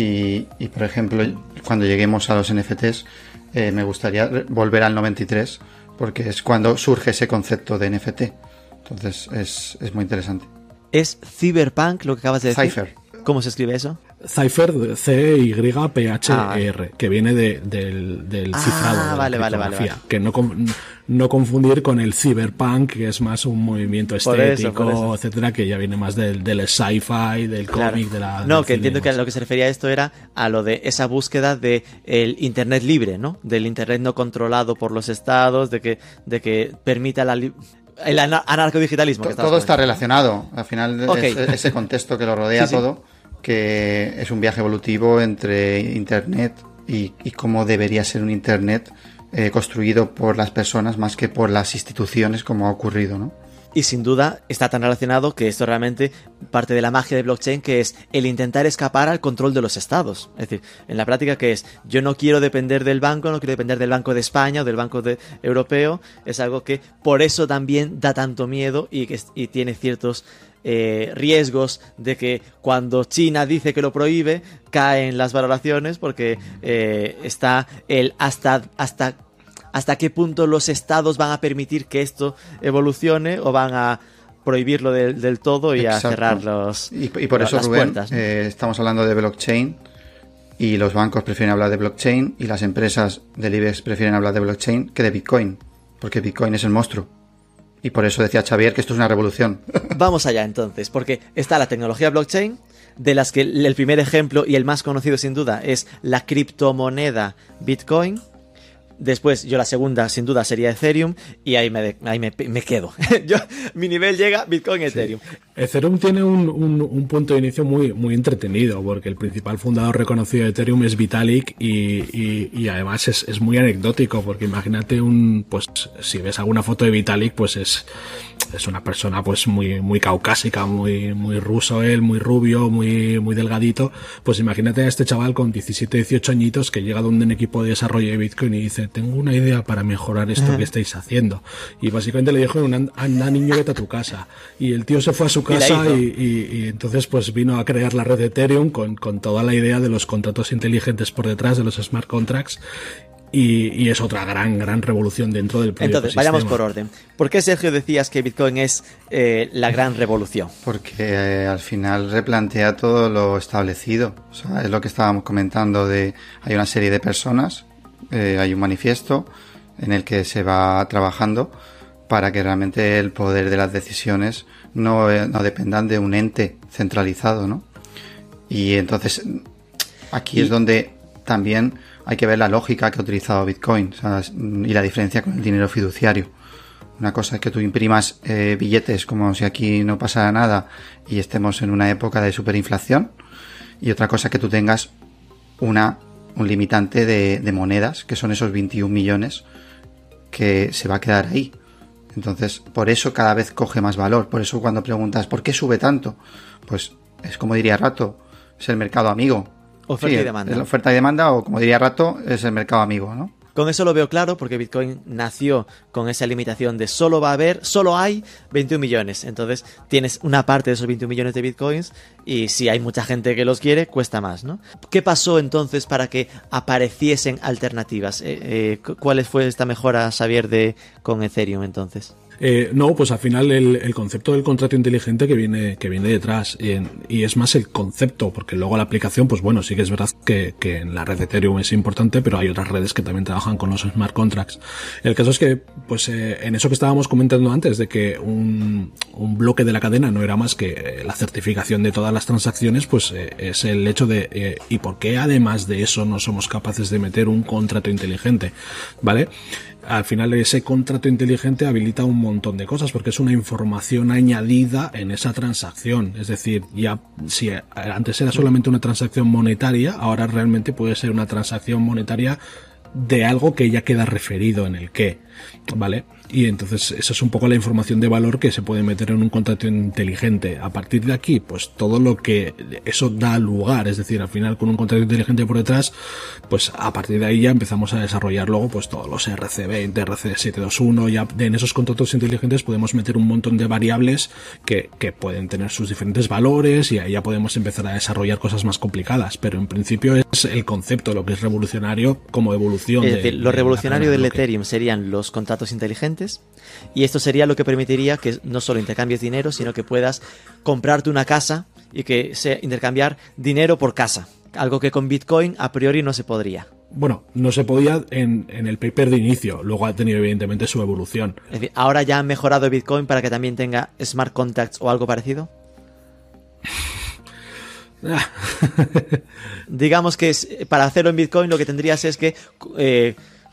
Y, y por ejemplo, cuando lleguemos a los N F Ts, eh, me gustaría volver al noventa y tres, porque es cuando surge ese concepto de N F T. Entonces es, es muy interesante. ¿Es Cyberpunk lo que acabas de decir? Cypher. ¿Cómo se escribe eso? Cypher, C Y P H E R, ah, que viene de, del, del ah, cifrado de vale, la vale, vale, vale. Que no, no confundir con el cyberpunk, que es más un movimiento estético, por eso, por eso. etcétera, que ya viene más del, del sci-fi, del claro. cómic, de la... No, que entiendo que a lo que se refería a esto era a lo de esa búsqueda de el internet libre, ¿no? Del internet no controlado por los estados, de que, de que permita la... Li- el anarcodigitalismo. Todo, todo está relacionado. Al final, okay. es, ese contexto que lo rodea sí, todo... Sí. que es un viaje evolutivo entre Internet y, y cómo debería ser un Internet eh, construido por las personas más que por las instituciones, como ha ocurrido, ¿no? Y sin duda está tan relacionado que esto realmente parte de la magia de blockchain, que es el intentar escapar al control de los estados. Es decir, en la práctica, que es, yo no quiero depender del banco, no quiero depender del Banco de España o del Banco de, Europeo. Es algo que por eso también da tanto miedo y, que, y tiene ciertos eh, riesgos de que cuando China dice que lo prohíbe, caen las valoraciones, porque eh, está el hasta... hasta hasta qué punto los estados van a permitir que esto evolucione o van a prohibirlo del, del todo y Exacto. a cerrar los, y, y por eso, las Rubén, puertas, ¿no? eh, estamos hablando de blockchain y los bancos prefieren hablar de blockchain y las empresas del IBEX prefieren hablar de blockchain que de Bitcoin, porque Bitcoin es el monstruo. Y por eso decía Xavier que esto es una revolución. Vamos allá entonces, porque está la tecnología blockchain, de las que el primer ejemplo y el más conocido sin duda es la criptomoneda Bitcoin. Después, yo la segunda, sin duda, sería Ethereum, y ahí me, ahí me, me quedo. yo, mi nivel llega Bitcoin, Ethereum. Sí. Ethereum tiene un, un, un punto de inicio muy, muy entretenido, porque el principal fundador reconocido de Ethereum es Vitalik, y, y, y además es, es muy anecdótico, porque imagínate un, pues, si ves alguna foto de Vitalik, pues es, es una persona, pues, muy, muy caucásica, muy, muy ruso él, muy rubio, muy, muy delgadito. Pues imagínate a este chaval con diecisiete, dieciocho añitos que llega de un equipo de desarrollo de Bitcoin y dice: tengo una idea para mejorar esto que estáis haciendo. Y básicamente le dijo: anda, niño, vete a tu casa. Y el tío se fue a su casa y, y, y entonces pues vino a crear la red de Ethereum con, con toda la idea de los contratos inteligentes por detrás, de los smart contracts. Y, y es otra gran, gran revolución dentro del propio Entonces, vayamos por orden. ¿Por qué, Sergio, decías que Bitcoin es eh, la gran revolución? Porque eh, al final replantea todo lo establecido. O sea, es lo que estábamos comentando de... Hay una serie de personas, eh, hay un manifiesto en el que se va trabajando para que realmente el poder de las decisiones no, eh, no dependan de un ente centralizado, ¿no? Y entonces aquí y... es donde también hay que ver la lógica que ha utilizado Bitcoin, o sea, y la diferencia con el dinero fiduciario. Una cosa es que tú imprimas eh, billetes como si aquí no pasara nada y estemos en una época de superinflación, y otra cosa es que tú tengas una un limitante de, de monedas, que son esos veintiún millones que se va a quedar ahí. Entonces, por eso cada vez coge más valor. Por eso cuando preguntas ¿por qué sube tanto? Pues es como diría Rato, es el mercado amigo. Oferta sí, y demanda. Es la oferta y demanda, o como diría Rato, es el mercado amigo, ¿no? Con eso lo veo claro, porque Bitcoin nació con esa limitación de solo va a haber, solo hay veintiún millones. Entonces tienes una parte de esos veintiún millones de Bitcoins, y si hay mucha gente que los quiere, cuesta más, ¿no? ¿Qué pasó entonces para que apareciesen alternativas? Eh, eh, ¿Cuál fue esta mejora, Xavier, de, con Ethereum entonces? Eh, no, pues al final el, el concepto del contrato inteligente que viene, que viene detrás, y, en, y es más el concepto, porque luego la aplicación, pues bueno, sí que es verdad que, que en la red de Ethereum es importante, pero hay otras redes que también trabajan con los smart contracts. El caso es que, pues eh, en eso que estábamos comentando antes, de que un, un bloque de la cadena no era más que la certificación de todas las transacciones, pues eh, es el hecho de, eh, ¿y por qué además de eso no somos capaces de meter un contrato inteligente? ¿Vale? Al final ese contrato inteligente habilita un montón de cosas porque es una información añadida en esa transacción. Es decir, ya si antes era solamente una transacción monetaria, ahora realmente puede ser una transacción monetaria de algo que ya queda referido en el qué, ¿vale? Y entonces esa es un poco la información de valor que se puede meter en un contrato inteligente. A partir de aquí, pues todo lo que eso da lugar, es decir, al final con un contrato inteligente por detrás, pues a partir de ahí ya empezamos a desarrollar luego pues todos los R C veinte, R C setecientos veintiuno, ya en esos contratos inteligentes podemos meter un montón de variables que, que pueden tener sus diferentes valores y ahí ya podemos empezar a desarrollar cosas más complicadas, pero en principio es el concepto lo que es revolucionario como evolución. Es decir, de, lo de revolucionario del bloque. Ethereum serían los contratos inteligentes, y esto sería lo que permitiría que no solo intercambies dinero, sino que puedas comprarte una casa y que sea intercambiar dinero por casa, algo que con Bitcoin a priori no se podría. Bueno, no se podía en, en el paper de inicio, luego ha tenido evidentemente su evolución. Es decir, ahora ya han mejorado Bitcoin para que también tenga smart contracts o algo parecido. Digamos que es, para hacerlo en Bitcoin lo que tendrías es que eh,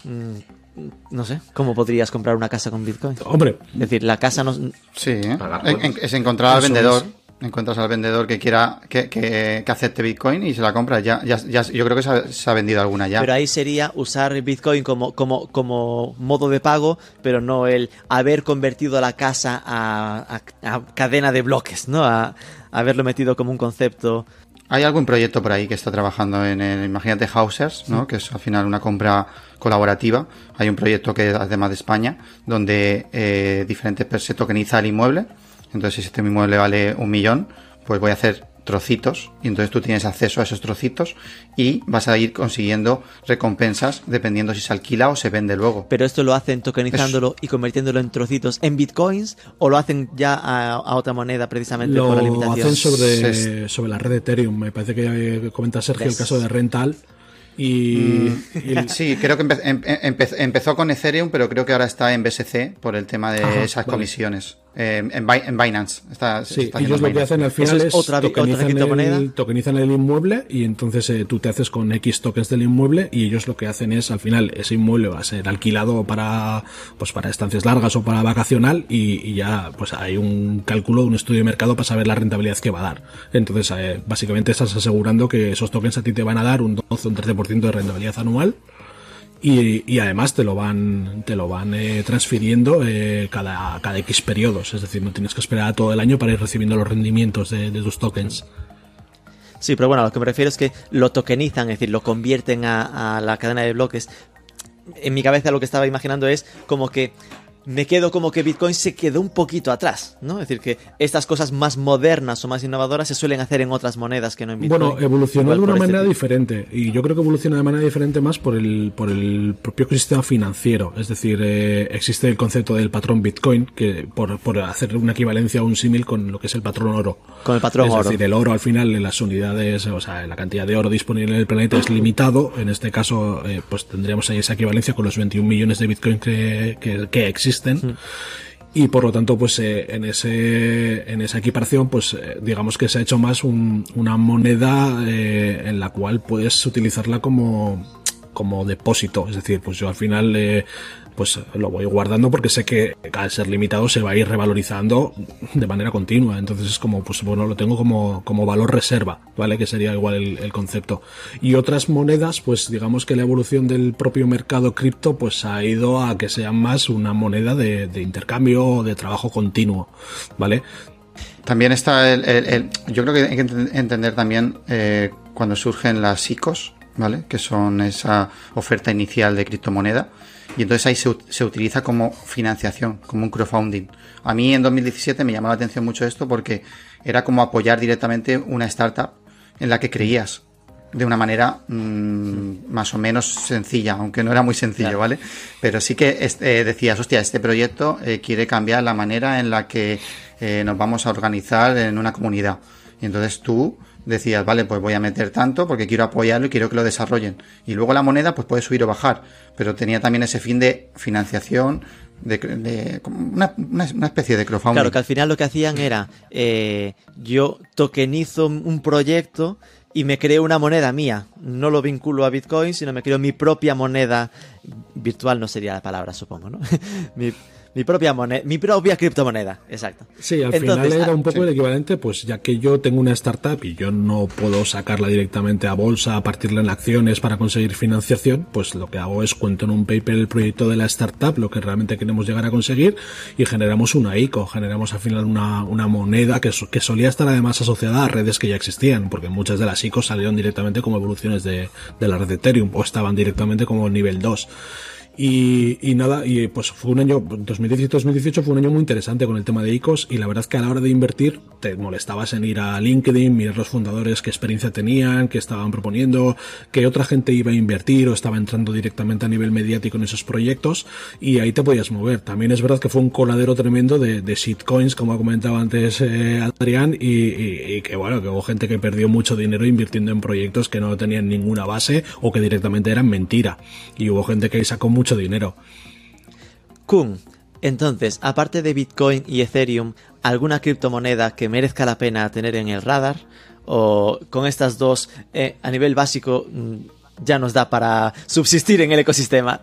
no sé, ¿cómo podrías comprar una casa con Bitcoin? Hombre, es decir, la casa no... Sí, ¿eh? En, en, es encontrar al Eso vendedor, es. encuentras al vendedor que quiera que, que, que acepte Bitcoin y se la compra. Ya, ya, ya, yo creo que se ha, se ha vendido alguna ya. Pero ahí sería usar Bitcoin como, como, como modo de pago, pero no el haber convertido la casa a, a, a cadena de bloques, ¿no? A, a haberlo metido como un concepto. Hay algún proyecto por ahí que está trabajando en el, imagínate, Housers, ¿no? Sí. Que es al final una compra colaborativa. Hay un proyecto que es además de España, donde eh, diferentes se tokeniza el inmueble. Entonces, si este inmueble vale un millón, pues voy a hacer trocitos, y entonces tú tienes acceso a esos trocitos y vas a ir consiguiendo recompensas dependiendo si se alquila o se vende luego. ¿Pero esto lo hacen tokenizándolo Eso. y convirtiéndolo en trocitos en bitcoins, o lo hacen ya a, a otra moneda precisamente lo por la limitación? Lo hacen sobre, sí. sobre la red de Ethereum. Me parece que comenta Sergio ¿Ves? el caso de Rental. Y, mm, y sí, creo que empe empe empezó con Ethereum, pero creo que ahora está en B S C por el tema de Ajá, esas vale. comisiones. Eh, en, en Binance. Está, sí, está ellos lo que hacen al final es, es otra, tokenizan, otra el, tokenizan el inmueble, y entonces eh, tú te haces con X tokens del inmueble, y ellos lo que hacen es, al final, ese inmueble va a ser alquilado para pues para estancias largas o para vacacional, y, y ya pues hay un cálculo, un estudio de mercado para saber la rentabilidad que va a dar. Entonces, eh, básicamente estás asegurando que esos tokens a ti te van a dar un doce o un trece por ciento de rentabilidad anual. Y, y además te lo van te lo van eh, transfiriendo eh, cada, cada X periodos, es decir, no tienes que esperar todo el año para ir recibiendo los rendimientos de, de tus tokens. Sí, pero bueno, a lo que me refiero es que lo tokenizan, es decir, lo convierten a, a la cadena de bloques. En mi cabeza lo que estaba imaginando es como que me quedo como que Bitcoin se quedó un poquito atrás, ¿no? Es decir, que estas cosas más modernas o más innovadoras se suelen hacer en otras monedas que no en Bitcoin. Bueno, evolucionó Igual de una este manera tipo. diferente, y yo creo que evoluciona de manera diferente más por el, por el propio sistema financiero. Es decir, eh, existe el concepto del patrón Bitcoin, que por, por hacer una equivalencia o un símil con lo que es el patrón oro. Con el patrón es oro. Es decir, el oro al final, en las unidades, o sea, la cantidad de oro disponible en el planeta es limitado. En este caso, eh, pues tendríamos ahí esa equivalencia con los veintiún millones de Bitcoin que, que, que existen. Mm. Y por lo tanto, pues eh, en ese en esa equiparación, pues eh, digamos que se ha hecho más un, una moneda eh, en la cual puedes utilizarla como, como depósito. Es decir, pues yo al final eh, pues lo voy guardando porque sé que al ser limitado se va a ir revalorizando de manera continua. Entonces es como, pues bueno, lo tengo como, como valor reserva, ¿vale? Que sería igual el, el concepto. Y otras monedas, pues digamos que la evolución del propio mercado cripto pues ha ido a que sean más una moneda de, de intercambio o de trabajo continuo, ¿vale? También está el, el, el yo creo que hay que entender también eh, cuando surgen las I C Os, ¿vale? Que son esa oferta inicial de criptomoneda. Y entonces ahí se, se utiliza como financiación, como un crowdfunding. A mí en dos mil diecisiete me llamó la atención mucho esto porque era como apoyar directamente una startup en la que creías. de una manera mmm, más o menos sencilla, aunque no era muy sencillo, claro. ¿Vale? Pero sí que este, eh, decías, hostia, este proyecto eh, quiere cambiar la manera en la que eh, nos vamos a organizar en una comunidad. Y entonces tú decías, vale, pues voy a meter tanto porque quiero apoyarlo y quiero que lo desarrollen. Y luego la moneda pues puede subir o bajar, pero tenía también ese fin de financiación, de, de una, una, una especie de crowdfunding. Claro, que al final lo que hacían era, eh, yo tokenizo un proyecto y me creo una moneda mía. No lo vinculo a Bitcoin, sino me creo mi propia moneda virtual, no sería la palabra, supongo, ¿no? mi, mi propia moneda, mi propia criptomoneda, exacto. Sí, al Entonces, final era un poco sí. el equivalente, pues ya que yo tengo una startup y yo no puedo sacarla directamente a bolsa, partirla en acciones para conseguir financiación, pues lo que hago es cuento en un paper el proyecto de la startup, lo que realmente queremos llegar a conseguir, y generamos una I C O, generamos al final una, una moneda que, que solía estar además asociada a redes que ya existían, porque muchas de las I C Os salieron directamente como evoluciones de, de la red de Ethereum, o estaban directamente como nivel dos. Y, y nada, y pues fue un año, dos mil diecisiete dos mil dieciocho fue un año muy interesante con el tema de I C Os, y la verdad es que a la hora de invertir te molestabas en ir a LinkedIn, mirar los fundadores qué experiencia tenían, qué estaban proponiendo, qué otra gente iba a invertir o estaba entrando directamente a nivel mediático en esos proyectos, y ahí te podías mover. También es verdad que fue un coladero tremendo de, de shitcoins, como ha comentado antes eh, Adrián, y, y, y que bueno, que hubo gente que perdió mucho dinero invirtiendo en proyectos que no tenían ninguna base o que directamente eran mentira, y hubo gente que sacó mucho mucho dinero. Kun, entonces, aparte de Bitcoin y Ethereum, ¿alguna criptomoneda que merezca la pena tener en el radar? ¿O con estas dos, eh, a nivel básico, ya nos da para subsistir en el ecosistema?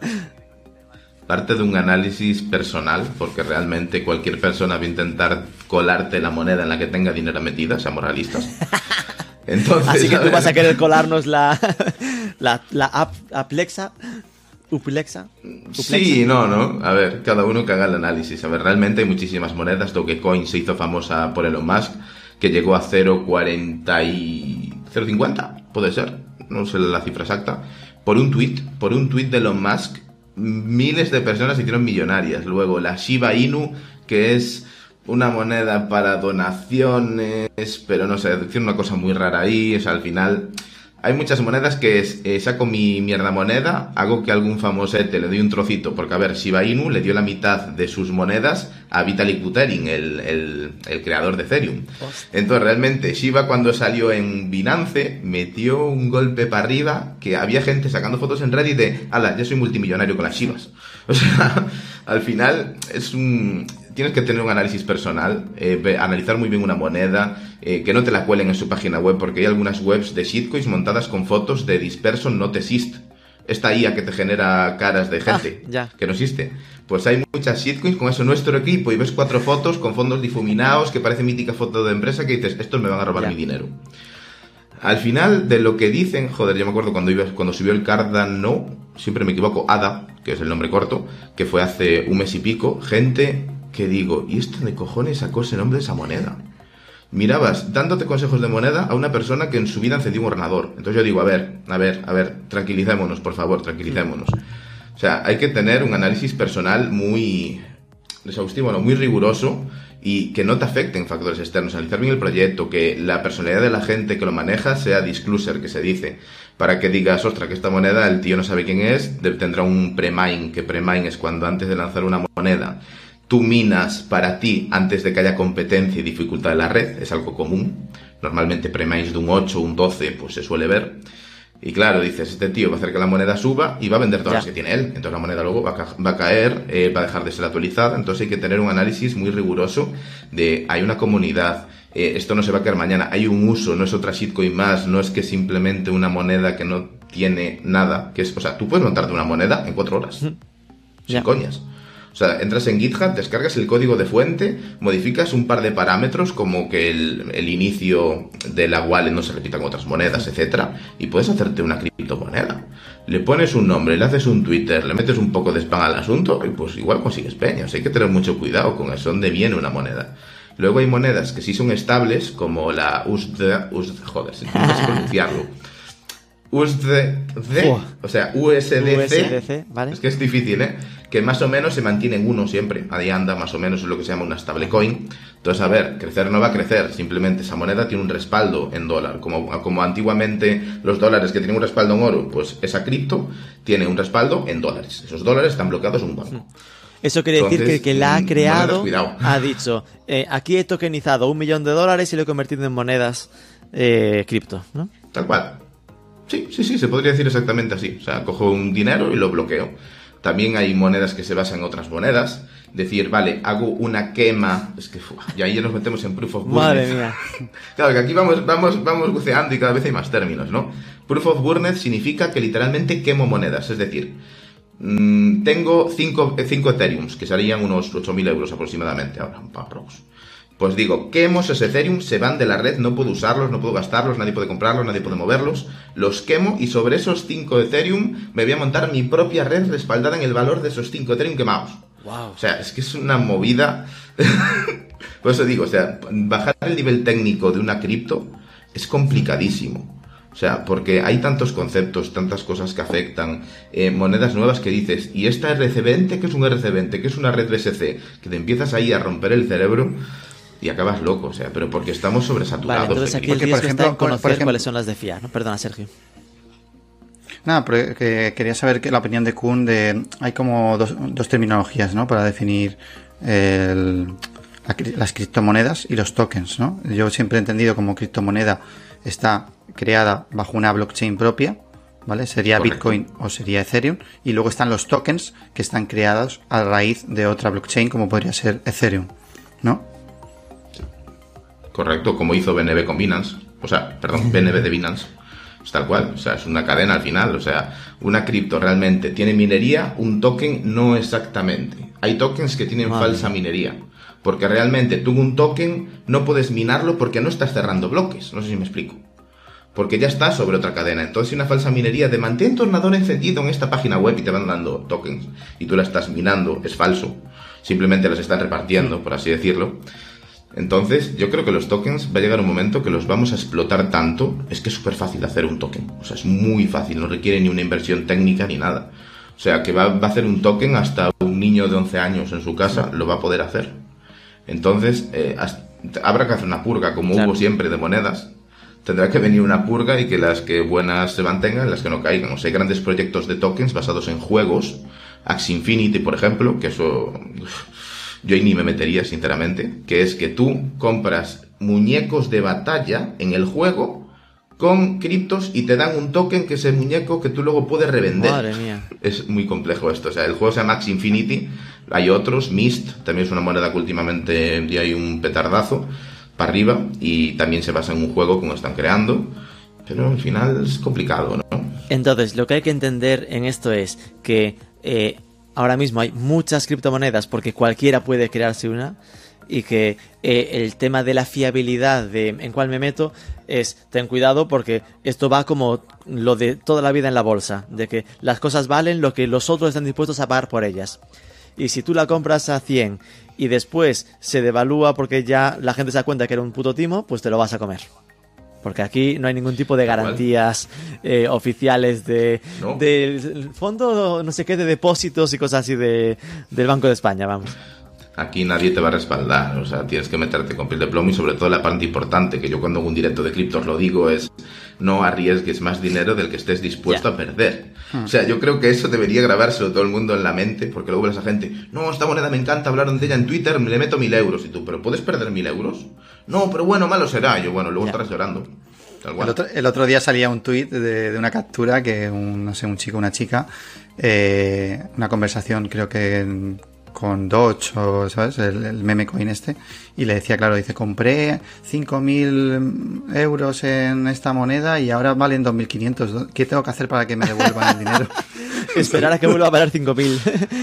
Parte de un análisis personal, porque realmente cualquier persona va a intentar colarte la moneda en la que tenga dinero metida, seamos realistas. Entonces, así que tú vas a querer colarnos la, la, la app, Aplexa. Uplexa. Uplexa. Sí, no, no. A ver, cada uno que haga el análisis. A ver, realmente hay muchísimas monedas. Dogecoin se hizo famosa por Elon Musk, que llegó a cero cuarenta y cero cincuenta, puede ser, no sé la cifra exacta, por un tweet, por un tweet de Elon Musk, miles de personas se hicieron millonarias. Luego la Shiba Inu, que es una moneda para donaciones, pero no sé, decir una cosa muy rara ahí, o sea, al final hay muchas monedas que es, eh, saco mi mierda moneda, hago que algún famosete le doy un trocito, porque a ver, Shiba Inu le dio la mitad de sus monedas a Vitalik Buterin, el, el, el creador de Ethereum. Entonces realmente Shiba, cuando salió en Binance, metió un golpe para arriba, que había gente sacando fotos en Reddit de, ala, ya soy multimillonario con las Shibas. O sea, al final es un... Tienes que tener un análisis personal, eh, analizar muy bien una moneda, eh, que no te la cuelen en su página web, porque hay algunas webs de shitcoins montadas con fotos de Dispersion Not Exist. Esta I A que te genera caras de gente, ah, que no existe. Pues hay muchas shitcoins con eso, nuestro equipo, y ves cuatro fotos con fondos difuminados, que parece mítica foto de empresa, que dices, estos me van a robar ya. mi dinero. Al final de lo que dicen, joder, yo me acuerdo cuando, iba, cuando subió el Cardano, siempre me equivoco, A D A, que es el nombre corto, que fue hace un mes y pico, gente... que digo, ¿y esto de cojones sacó ese nombre de esa moneda? Mirabas dándote consejos de moneda a una persona que en su vida encendió un ordenador. Entonces yo digo, a ver, a ver, a ver, tranquilicémonos, por favor, tranquilicémonos. O sea, hay que tener un análisis personal muy exhaustivo, no, muy riguroso, y que no te afecten factores externos. Analizar bien el proyecto, que la personalidad de la gente que lo maneja sea discloser, que se dice, para que digas, ostras, que esta moneda el tío no sabe quién es, tendrá un pre-mine, que pre-mine es cuando antes de lanzar una moneda tú minas para ti antes de que haya competencia y dificultad en la red, es algo común. Normalmente pre-mines de un ocho, un doce, pues se suele ver. Y claro, dices, este tío va a hacer que la moneda suba y va a vender todas las que tiene él. Entonces la moneda luego va a, ca- va a caer, eh, va a dejar de ser actualizada. Entonces hay que tener un análisis muy riguroso de, hay una comunidad, eh, esto no se va a quedar mañana, hay un uso, no es otra shitcoin más, no es que simplemente una moneda que no tiene nada. Que es, o sea, tú puedes montarte una moneda en cuatro horas. Mm. Sin yeah. coñas. O sea, entras en GitHub, descargas el código de fuente, modificas un par de parámetros como que el, el inicio de la wallet no se repita con otras monedas, etcétera, y puedes hacerte una criptomoneda. Le pones un nombre, le haces un Twitter, le metes un poco de spam al asunto y pues igual consigues peñas. Hay que tener mucho cuidado con eso, dónde viene una moneda. Luego hay monedas que sí son estables, como la U S D, U S D joder, no sé pronunciarlo. U S D C, o sea, U S D C, U S D C, ¿vale? Es que es difícil, ¿eh? que más o menos se mantiene en uno siempre, ahí anda más o menos, es lo que se llama una stablecoin. Entonces, a ver, crecer no va a crecer, simplemente esa moneda tiene un respaldo en dólar, como, como antiguamente los dólares que tienen un respaldo en oro, pues esa cripto tiene un respaldo en dólares, esos dólares están bloqueados en un banco. Eso quiere decir Entonces, que el que la ha creado monedas, ha dicho, eh, aquí he tokenizado un millón de dólares y lo he convertido en monedas eh, cripto, ¿no? Tal cual. Sí, sí, sí, se podría decir exactamente así. O sea, cojo un dinero y lo bloqueo. También hay monedas que se basan en otras monedas. Decir, vale, hago una quema. Es que, uf, y ahí ya nos metemos en proof of work. Madre mía. Claro, que aquí vamos, vamos, vamos buceando y cada vez hay más términos, ¿no? Proof of work significa que literalmente quemo monedas. Es decir, mmm, tengo cinco Ethereums, que serían unos ocho mil euros aproximadamente ahora, aprox. Pues digo, quemo esos Ethereum, se van de la red, no puedo usarlos, no puedo gastarlos, nadie puede comprarlos, nadie puede moverlos, los quemo y sobre esos cinco Ethereum me voy a montar mi propia red respaldada en el valor de esos cinco Ethereum quemados. Wow. O sea, es que es una movida. Por eso digo, o sea, bajar el nivel técnico de una cripto es complicadísimo. O sea, porque hay tantos conceptos, tantas cosas que afectan, eh, monedas nuevas que dices, y esta R C veinte, ¿qué es un R C veinte? ¿Qué es una red B S C? Que te empiezas ahí a romper el cerebro y acabas loco, o sea, pero porque estamos sobresaturados. Vale, entonces aquí el riesgo está en conocer cuáles son las de fiat, ¿no? Perdona, Sergio. Nada, pero que quería saber que la opinión de Kuhn de... Hay como dos, dos terminologías, ¿no? Para definir el, la, las criptomonedas y los tokens, ¿no? Yo siempre he entendido como criptomoneda está creada bajo una blockchain propia, ¿vale? Sería Correcto. Bitcoin o sería Ethereum. Y luego están los tokens que están creados a raíz de otra blockchain como podría ser Ethereum, ¿no? Correcto, como hizo B N B con Binance, o sea, perdón, B N B de Binance, es tal cual, o sea, es una cadena al final, o sea, una cripto realmente tiene minería, un token no exactamente. Hay tokens que tienen Madre. falsa minería, porque realmente tú un token no puedes minarlo porque no estás cerrando bloques, no sé si me explico, porque ya está sobre otra cadena. Entonces, una falsa minería de mantén tu ordenador encendido en esta página web y te van dando tokens y tú la estás minando, es falso, simplemente las están repartiendo, por así decirlo. Entonces, yo creo que los tokens va a llegar un momento que los vamos a explotar tanto, es que es súper fácil hacer un token, o sea, es muy fácil, no requiere ni una inversión técnica ni nada. O sea, que va, va a hacer un token hasta un niño de once años en su casa, lo va a poder hacer. Entonces, eh, hasta, habrá que hacer una purga, como claro. hubo siempre de monedas. Tendrá que venir una purga y que las que buenas se mantengan, las que no caigan. O sea, hay grandes proyectos de tokens basados en juegos, Axie Infinity, por ejemplo, que eso... yo ahí ni me metería, sinceramente, que es que tú compras muñecos de batalla en el juego con criptos y te dan un token que es el muñeco que tú luego puedes revender. Madre mía. Es muy complejo esto. O sea, el juego se llama Axie Infinity, hay otros, Myst, también es una moneda que últimamente ya hay un petardazo para arriba y también se basa en un juego como están creando, pero al final es complicado, ¿no? Entonces, lo que hay que entender en esto es que... Eh, ahora mismo hay muchas criptomonedas porque cualquiera puede crearse una y que eh, el tema de la fiabilidad de en cuál me meto es ten cuidado porque esto va como lo de toda la vida en la bolsa, de que las cosas valen lo que los otros están dispuestos a pagar por ellas. Y si tú la compras a cien y después se devalúa porque ya la gente se da cuenta que era un puto timo, pues te lo vas a comer. Porque aquí no hay ningún tipo de garantías eh, oficiales de no. del fondo, no sé qué, de depósitos y cosas así de del Banco de España, vamos. Aquí nadie te va a respaldar, o sea, tienes que meterte con piel de plomo y sobre todo la parte importante, que yo cuando hago un directo de criptos lo digo, es no arriesgues más dinero del que estés dispuesto yeah. a perder. Hmm. O sea, yo creo que eso debería grabárselo todo el mundo en la mente, porque luego ves a gente, no, esta moneda me encanta, hablaron de ella en Twitter, me le meto mil euros, y tú, ¿pero puedes perder mil euros? No, pero bueno, malo será. Y yo, bueno, luego yeah. estarás llorando. Tal cual. El, otro, el otro día salía un tuit de, de una captura que, un, no sé, un chico, una chica, eh, una conversación creo que con Doge o, ¿sabes? El, el meme coin este, y le decía, claro, dice, compré cinco mil euros en esta moneda y ahora valen dos mil quinientos. ¿Qué tengo que hacer para que me devuelvan el dinero? Esperar a que vuelva a valer cinco mil.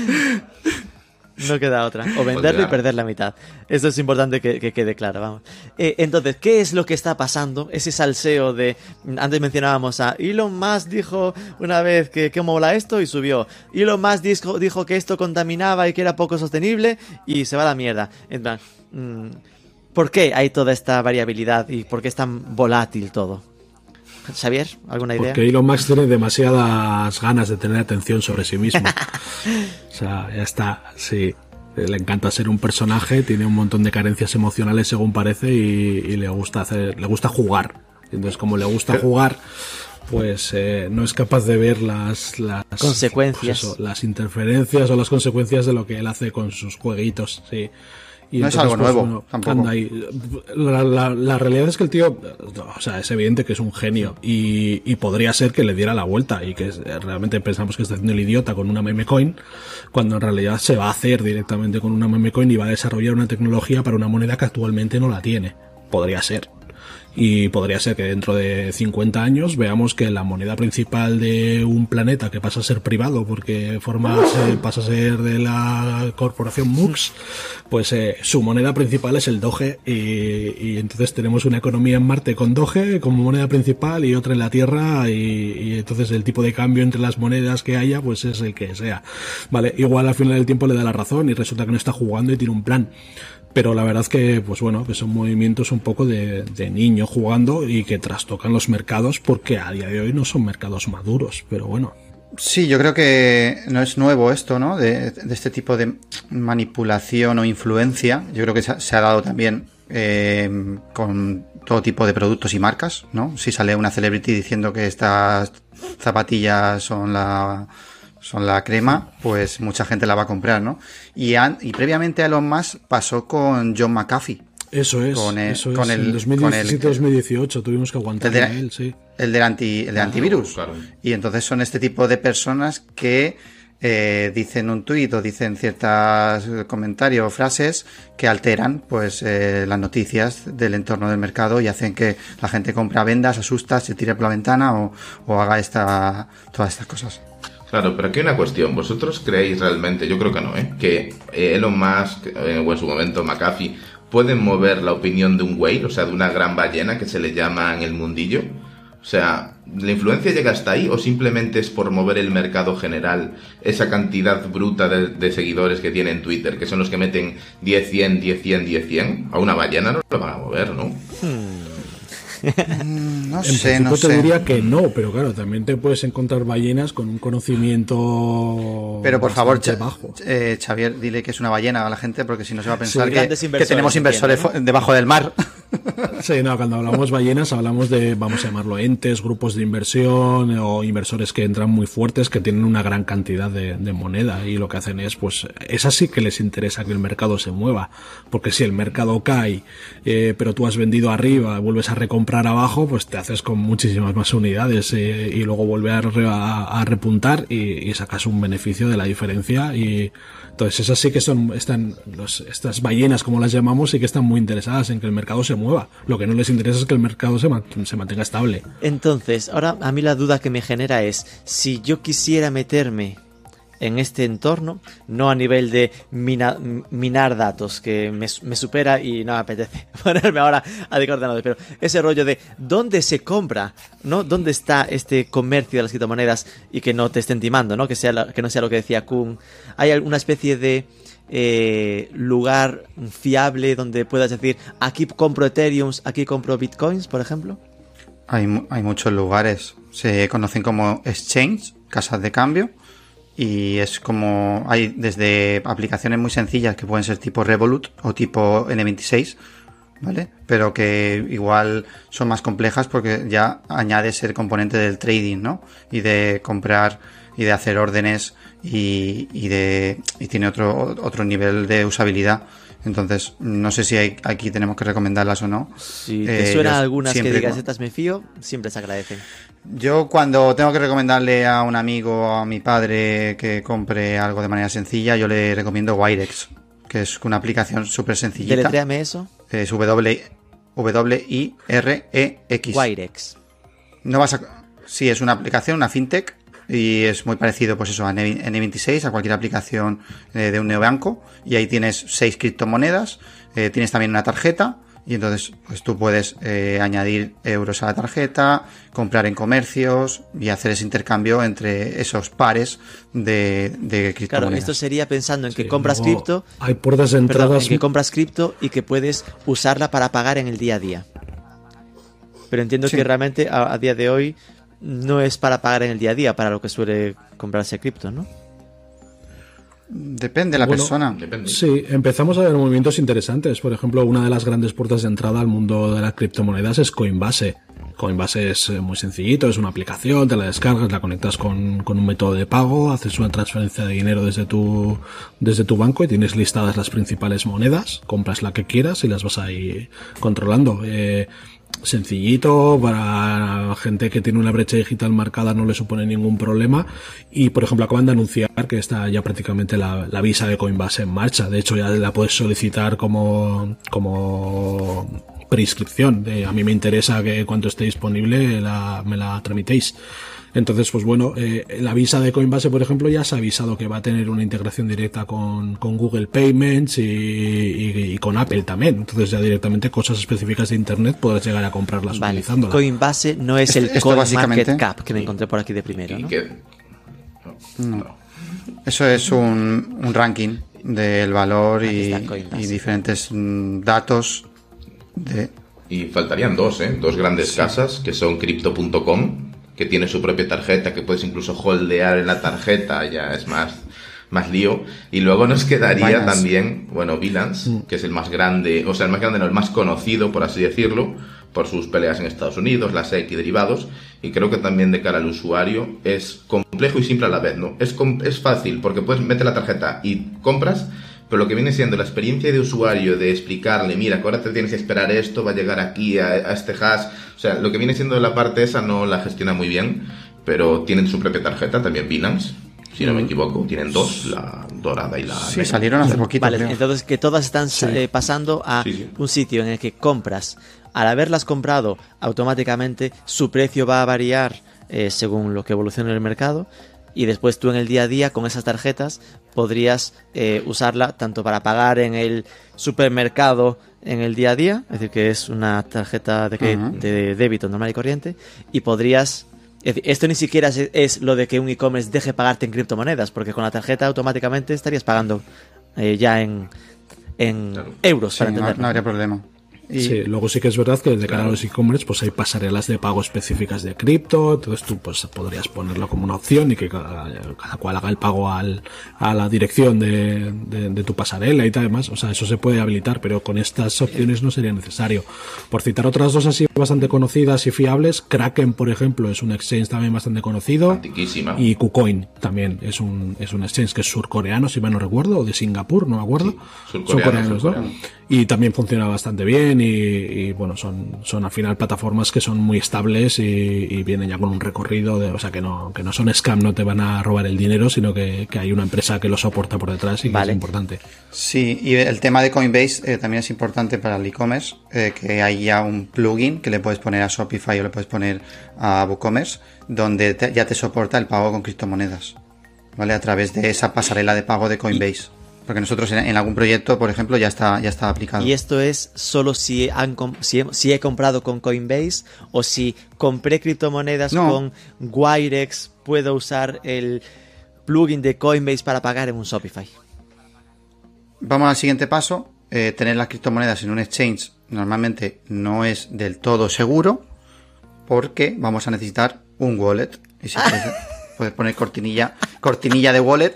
No queda otra. O venderlo y perder la mitad. Esto es importante que, que quede claro, vamos. Eh, entonces, ¿qué es lo que está pasando? Ese salseo de... Antes mencionábamos a Elon Musk dijo una vez que, que mola esto y subió. Elon Musk dijo, dijo que esto contaminaba y que era poco sostenible y se va a la mierda. En plan, ¿por qué hay toda esta variabilidad y por qué es tan volátil todo? Xavier, ¿alguna idea? Porque Elon Musk tiene demasiadas ganas de tener atención sobre sí mismo. O sea, ya está, sí. Le encanta ser un personaje, tiene un montón de carencias emocionales según parece y, y le gusta hacer, le gusta jugar. Entonces, como le gusta jugar, pues eh, no es capaz de ver las, las consecuencias, pues eso, las interferencias o las consecuencias de lo que él hace con sus jueguitos, sí. Y no entonces, es algo pues, nuevo, bueno, tampoco. Ahí. La, la, la realidad es que el tío, o sea, es evidente que es un genio y, y podría ser que le diera la vuelta y que realmente pensamos que está haciendo el idiota con una meme coin, cuando en realidad se va a hacer directamente con una meme coin y va a desarrollar una tecnología para una moneda que actualmente no la tiene. Podría ser. Y podría ser que dentro de cincuenta años veamos que la moneda principal de un planeta que pasa a ser privado porque forma se, pasa a ser de la corporación MUX, pues eh, su moneda principal es el Doge y, y entonces tenemos una economía en Marte con Doge como moneda principal y otra en la Tierra y, y entonces el tipo de cambio entre las monedas que haya pues es el que sea. Vale, igual al final del tiempo le da la razón y resulta que no está jugando y tiene un plan. Pero la verdad que, pues bueno, que son movimientos un poco de, de niño jugando y que trastocan los mercados porque a día de hoy no son mercados maduros, pero bueno. Sí, yo creo que no es nuevo esto, ¿no? De, de este tipo de manipulación o influencia. Yo creo que se ha, se ha dado también eh, con todo tipo de productos y marcas, ¿no? Si sale una celebrity diciendo que estas zapatillas son la... son la crema, pues mucha gente la va a comprar, ¿no? Y, an, y previamente a Elon Musk pasó con John McAfee. Eso es, con el, eso con es. El, en dos mil diecisiete dos mil dieciocho tuvimos que aguantar el de, a él, sí. El del, anti, el del antivirus. Claro. Y entonces son este tipo de personas que eh, dicen un tuit o dicen ciertos comentarios o frases que alteran pues eh, las noticias del entorno del mercado y hacen que la gente compre a vendas, asusta, se tire por la ventana o, o haga esta, todas estas cosas. Claro, pero aquí hay una cuestión. ¿Vosotros creéis realmente, yo creo que no, ¿eh? que Elon Musk eh, o en su momento McAfee pueden mover la opinión de un whale, o sea, de una gran ballena que se le llama en el mundillo? O sea, ¿la influencia llega hasta ahí o simplemente es por mover el mercado general esa cantidad bruta de, de seguidores que tiene en Twitter, que son los que meten diez, cien, diez, cien, diez, cien? A una ballena no lo van a mover, ¿no? Hmm. No en sé, no te sé. diría que no, pero claro, también te puedes encontrar ballenas con un conocimiento Pero por favor, Ch bajo. Eh, Xavier, dile que es una ballena a la gente porque si no se va a pensar sí, que, que tenemos inversores ¿no? debajo del mar. Sí, no, cuando hablamos ballenas hablamos de, vamos a llamarlo, entes, grupos de inversión o inversores que entran muy fuertes que tienen una gran cantidad de, de moneda y lo que hacen es, pues, es así que les interesa que el mercado se mueva, porque si el mercado cae, eh, pero tú has vendido arriba, vuelves a recomprar abajo, pues te haces con muchísimas más unidades eh, y luego vuelve a, a, a repuntar y, y sacas un beneficio de la diferencia y entonces esas sí que son, están, los, estas ballenas como las llamamos, sí que están muy interesadas en que el mercado se mueva. Lo que no les interesa es que el mercado se, se mantenga estable. Entonces, ahora a mí la duda que me genera es, si yo quisiera meterme en este entorno, no a nivel de mina, minar datos, que me, me supera y no me apetece ponerme ahora a decordar, pero ese rollo de dónde se compra, ¿no? ¿Dónde está este comercio de las criptomonedas y que no te estén timando, ¿no? Que sea la, que no sea lo que decía Kuhn. ¿Hay alguna especie de eh, lugar fiable donde puedas decir, aquí compro Ethereum, aquí compro Bitcoins, por ejemplo? Hay, hay muchos lugares. Se conocen como exchange, casas de cambio. Y es como, hay desde aplicaciones muy sencillas que pueden ser tipo Revolut o tipo ene veintiséis, ¿vale? Pero que igual son más complejas porque ya añades el componente del trading, ¿no? Y de comprar y de hacer órdenes y, y de y tiene otro otro nivel de usabilidad. Entonces, no sé si hay, aquí tenemos que recomendarlas o no. Si te eh, suenan algunas que digas, estas me fío, siempre se agradecen. Yo cuando tengo que recomendarle a un amigo o a mi padre que compre algo de manera sencilla, yo le recomiendo Wirex, que es una aplicación súper sencillita. Deletréame eso. Es W I R E X. Wirex. No vas a... Sí, es una aplicación, una fintech, y es muy parecido pues eso a ene veintiséis, a cualquier aplicación eh, de un neobanco, y ahí tienes seis criptomonedas, eh, tienes también una tarjeta, y entonces pues tú puedes eh, añadir euros a la tarjeta, comprar en comercios y hacer ese intercambio entre esos pares de, de criptomonedas. Claro, esto sería pensando en que sí, compras cripto, hay puertas de entradas, perdón, en que compras cripto y que puedes usarla para pagar en el día a día. pero entiendo Sí. que realmente a, a día de hoy no es para pagar en el día a día, para lo que suele comprarse cripto, ¿no? Depende de la Bueno, persona. Depende. Sí, empezamos a ver movimientos interesantes. Por ejemplo, una de las grandes puertas de entrada al mundo de las criptomonedas es Coinbase. Coinbase es eh, muy sencillito, es una aplicación, te la descargas, la conectas con, con un método de pago, haces una transferencia de dinero desde tu, desde tu banco y tienes listadas las principales monedas, compras la que quieras y las vas ahí controlando. Eh, sencillito, para gente que tiene una brecha digital marcada no le supone ningún problema, y por ejemplo acaban de anunciar que está ya prácticamente la, la visa de Coinbase en marcha. De hecho ya la puedes solicitar como como prescripción de a mí me interesa que cuando esté disponible la, me la tramitéis. Entonces, pues bueno, eh, la visa de Coinbase, por ejemplo, ya se ha avisado que va a tener una integración directa con, con Google Payments y, y, y con Apple también. Entonces ya directamente cosas específicas de Internet podrás llegar a comprarlas Vale, utilizándola. Coinbase no es el Esto Coin básicamente- Market Cap que me encontré por aquí de primero, Y ¿no? que- No. Eso es un, un ranking del valor Aquí y, está Coinbase. y diferentes mm, datos de... Y faltarían dos, ¿eh? Dos grandes casas, que son Crypto punto com, que tiene su propia tarjeta, que puedes incluso holdear en la tarjeta, ya es más, más lío. Y luego nos quedaría Binance. también, bueno, Binance, que es el más grande, o sea, el más grande, no, el más conocido, por así decirlo, por sus peleas en Estados Unidos, la S E C y derivados. Y creo que también de cara al usuario es complejo y simple a la vez, ¿no? Es, com- es fácil, porque puedes meter la tarjeta y compras, pero lo que viene siendo la experiencia de usuario, de explicarle, mira, que ahora te tienes que esperar esto, va a llegar aquí, a, a este hash, o sea, lo que viene siendo la parte esa no la gestiona muy bien, pero tienen su propia tarjeta, también Binance, si no me equivoco, tienen dos, la dorada y la Sí, negra. salieron hace poquito, Vale, creo. entonces que todas están eh, pasando a Sí, sí. un sitio en el que compras. Al haberlas comprado, automáticamente su precio va a variar eh, según lo que evolucione el mercado. Y después tú en el día a día con esas tarjetas podrías eh, usarla tanto para pagar en el supermercado en el día a día, es decir, que es una tarjeta de, que- Ujú. de débito normal y corriente, y podrías... Es decir, esto ni siquiera es, es lo de que un e-commerce deje pagarte en criptomonedas, porque con la tarjeta automáticamente estarías pagando eh, ya en, en Claro. euros, Sí, para no, entenderlo. no habría problema. Y Sí, luego sí que es verdad que de cara a los e-commerce pues hay pasarelas de pago específicas de cripto, entonces tú pues podrías ponerlo como una opción y que cada, cada cual haga el pago al, a la dirección de, de, de tu pasarela y tal demás, o sea, eso se puede habilitar, pero con estas opciones no sería necesario. Por citar otras dos así bastante conocidas y fiables, Kraken, por ejemplo, es un exchange también bastante conocido, Antiquísima. y KuCoin también es un, es un exchange que es surcoreano, si mal no recuerdo, o de Singapur, no me acuerdo. Sí, Son surcoreano, coreanos, ¿no? surcoreano. Y también funciona bastante bien y, y, bueno, son, son al final plataformas que son muy estables y, y vienen ya con un recorrido, de, o sea, que no, que no son scam, no te van a robar el dinero, sino que, que hay una empresa que lo soporta por detrás y que Vale. es importante. Sí, y el tema de Coinbase eh, también es importante para el e-commerce, eh, que hay ya un plugin que le puedes poner a Shopify o le puedes poner a WooCommerce, donde te- ya te soporta el pago con criptomonedas, ¿vale? A través de esa pasarela de pago de Coinbase. Porque nosotros en, en algún proyecto, por ejemplo, ya está, ya está aplicado. Y esto es solo si, han, com- si, he, si he comprado con Coinbase o si compré criptomonedas No. con Wirex, puedo usar el plugin de Coinbase para pagar en un Shopify. Vamos al siguiente paso. Eh, tener las criptomonedas en un exchange normalmente no es del todo seguro, porque vamos a necesitar un wallet. Y si quieres, puedes poner cortinilla, cortinilla de wallet.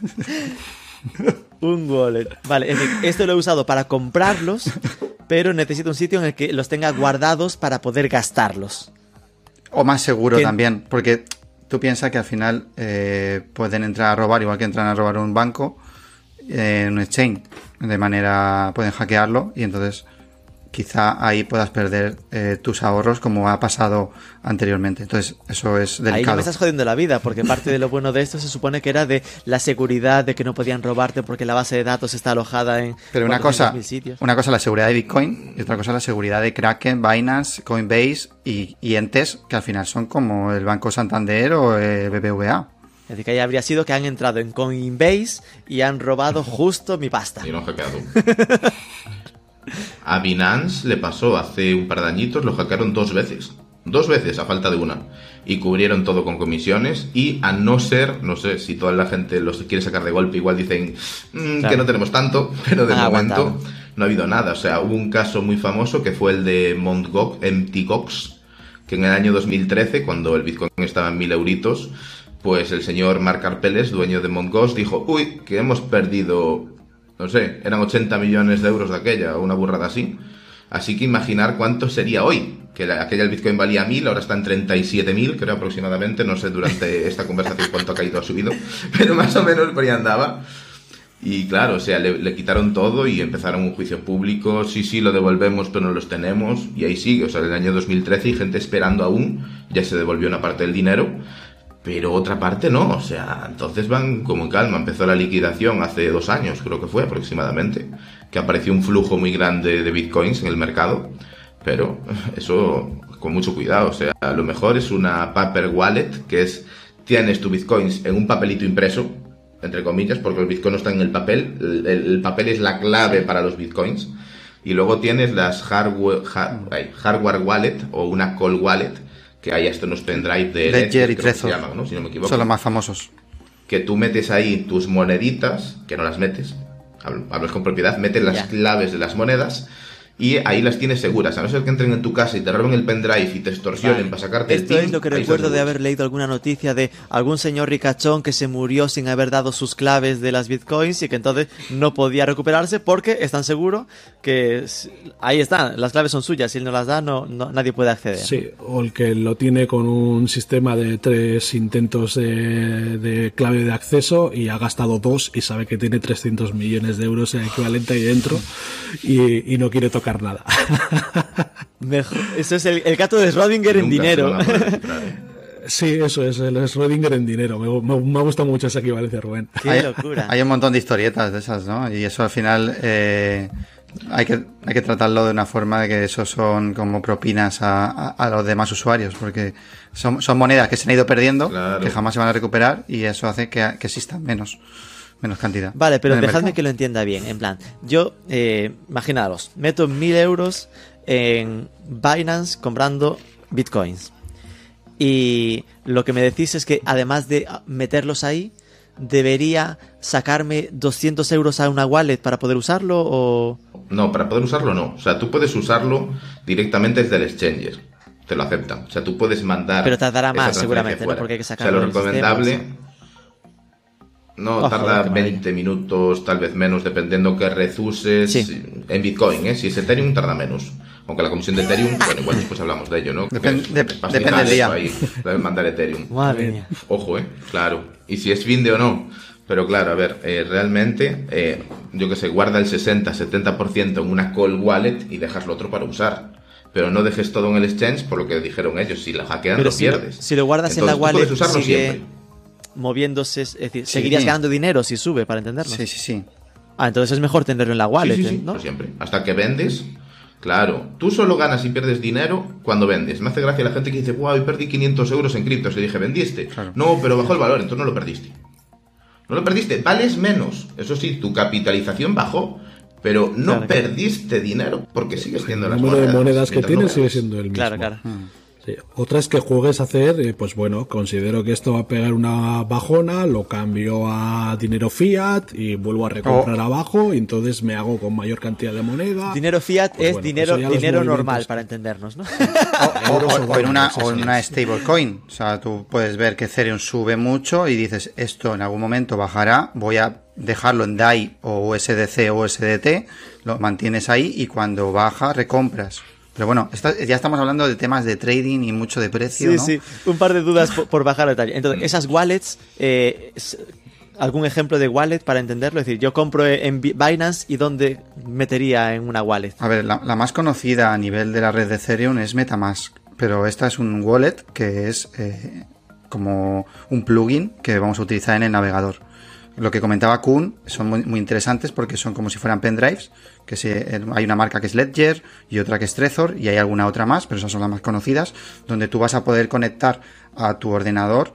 Un wallet. Vale, es decir, esto lo he usado para comprarlos, pero necesito un sitio en el que los tenga guardados para poder gastarlos. O más seguro Que- también, porque tú piensas que al final eh, pueden entrar a robar, igual que entran a robar un banco, eh, en un exchange. De manera, pueden hackearlo y entonces quizá ahí puedas perder eh, tus ahorros como ha pasado anteriormente. Entonces eso es Ahí no delicado. me estás jodiendo la vida, porque parte de lo bueno de esto se supone que era de la seguridad, de que no podían robarte porque la base de datos está alojada en Pero una cuatrocientos cosa, mil sitios. una cosa es la seguridad de Bitcoin y otra cosa es la seguridad de Kraken, Binance, Coinbase y, y entes que al final son como el Banco Santander o el B B V A. Es decir, que ahí habría sido que han entrado en Coinbase y han robado justo mi pasta. Y lo han hackeado. A Binance le pasó hace un par de añitos, lo hackearon dos veces. Dos veces, a falta de una. Y cubrieron todo con comisiones. Y a no ser, no sé, si toda la gente los quiere sacar de golpe, igual dicen "Mm, Claro. que no tenemos tanto", pero de Han momento aguantado. no ha habido nada. O sea, hubo un caso muy famoso que fue el de Mt. Gox, que en el año dos mil trece, cuando el Bitcoin estaba en mil euritos, pues el señor Mark Karpeles, dueño de Mt. Gox, dijo, uy, que hemos perdido, no sé, eran ochenta millones de euros de aquella, o una burrada así. Así que imaginar cuánto sería hoy, que la, aquella el Bitcoin valía mil, ahora está en treinta y siete mil, creo aproximadamente, no sé durante esta conversación cuánto ha caído o ha subido, pero más o menos por ahí andaba. Y claro, o sea, le, le quitaron todo y empezaron un juicio público, sí, sí, lo devolvemos, pero no los tenemos, y ahí sigue, o sea, en el año dos mil trece hay gente esperando aún, ya se devolvió una parte del dinero, pero otra parte no, o sea, entonces van como en calma. Empezó la liquidación hace dos años, creo que fue aproximadamente, que apareció un flujo muy grande de bitcoins en el mercado, pero eso con mucho cuidado, o sea, lo mejor es una paper wallet, que es, tienes tu bitcoins en un papelito impreso, entre comillas, porque el bitcoin no está en el papel, el, el papel es la clave para los bitcoins, y luego tienes las hardware, hard, hardware wallet o una cold wallet, que hay hasta unos pendrive de Ledger y Trezor, llaman, ¿no? Si no me equivoco. Son los más famosos. Que tú metes ahí tus moneditas, que no las metes, hablas con propiedad, metes las yeah. claves de las monedas y ahí las tienes seguras, a no ser que entren en tu casa y te roben el pendrive y te extorsionen vale. para sacarte Esto el PIN. Esto es lo que recuerdo de haber leído alguna noticia de algún señor ricachón que se murió sin haber dado sus claves de las bitcoins y que entonces no podía recuperarse porque están seguros que ahí están, las claves son suyas, si él no las da no, no nadie puede acceder. Sí, o el que lo tiene con un sistema de tres intentos de, de clave de acceso y ha gastado dos y sabe que tiene trescientos millones de euros en equivalente ahí dentro y, y no quiere tocar nada. Mejor. Eso es el, el gato de Schrödinger en dinero. Sí, eso es, el Schrödinger en dinero. Me, me, me ha gustado mucho esa equivalencia, Rubén. Qué hay, locura. Hay un montón de historietas de esas, ¿no? Y eso al final eh, hay que hay que tratarlo de una forma de que eso son como propinas a, a, a los demás usuarios, porque son, son monedas que se han ido perdiendo, claro. que jamás se van a recuperar y eso hace que, que existan menos. menos cantidad. Vale, pero dejadme mercado. que lo entienda bien. En plan, yo, eh, imaginaros, meto mil euros en Binance comprando bitcoins. Y lo que me decís es que además de meterlos ahí, debería sacarme doscientos euros a una wallet para poder usarlo o... No, para poder usarlo no. O sea, tú puedes usarlo directamente desde el exchanger. Te lo aceptan. O sea, tú puedes mandar... Pero tardará más seguramente, ¿no? Porque hay que sacarlo. O sea, lo recomendable... Sistema, ¿sí? No, Ojo, tarda veinte minutos, tal vez menos, dependiendo qué red uses. Sí. En Bitcoin, ¿eh? Si es Ethereum, tarda menos. Aunque la comisión de Ethereum, bueno, igual después hablamos de ello, ¿no? Depende, de, depende del día. Ahí, mandar Ethereum. Madre mía. Ojo, ¿eh? Claro. Y si es finde o no. Pero claro, a ver, eh, realmente, eh, yo que sé, guarda el sesenta a setenta por ciento en una cold wallet y dejas lo otro para usar. Pero no dejes todo en el exchange, por lo que dijeron ellos. Si la hackean, Pero lo si pierdes. Lo, si lo guardas Entonces, en la wallet, puedes usarlo sigue... siempre. moviéndose, es decir, sí, seguirías sí. ganando dinero si sube, para entenderlo. Sí, sí, sí. Ah, entonces es mejor tenerlo en la wallet, sí, sí, sí, ¿no? Por siempre. Hasta que vendes, claro. Tú solo ganas y pierdes dinero cuando vendes. Me hace gracia la gente que dice, wow, perdí quinientos euros en criptos. Le dije, ¿vendiste? Claro. No, pero bajó el valor, entonces no lo perdiste. No lo perdiste, vales menos. Eso sí, tu capitalización bajó, pero no claro, perdiste claro. dinero porque sigues teniendo las monedas. El número de monedas que tienes sigue siendo el mismo. Claro, claro. Hmm. Sí. Otra es que juegues a hacer, eh, pues bueno, considero que esto va a pegar una bajona, lo cambio a dinero fiat y vuelvo a recomprar oh. abajo y entonces me hago con mayor cantidad de moneda. Dinero fiat pues es bueno, dinero pues dinero normal, para entendernos, ¿no? o, o, o, o en una, o en una stablecoin. O sea, tú puedes ver que Ethereum sube mucho y dices, esto en algún momento bajará, voy a dejarlo en D A I o U S D C o U S D T, lo mantienes ahí y cuando baja recompras. Pero bueno, está, ya estamos hablando de temas de trading y mucho de precio, sí, ¿no? Sí, sí, un par de dudas por, por bajar detalle. Entonces, esas wallets, eh, ¿algún ejemplo de wallet para entenderlo? Es decir, yo compro en Binance y ¿dónde metería en una wallet? A ver, la, la más conocida a nivel de la red de Ethereum es MetaMask, pero esta es un wallet que es eh, como un plugin que vamos a utilizar en el navegador. Lo que comentaba Kuhn son muy, muy interesantes porque son como si fueran pendrives, que se, hay una marca que es Ledger y otra que es Trezor y hay alguna otra más, pero esas son las más conocidas, donde tú vas a poder conectar a tu ordenador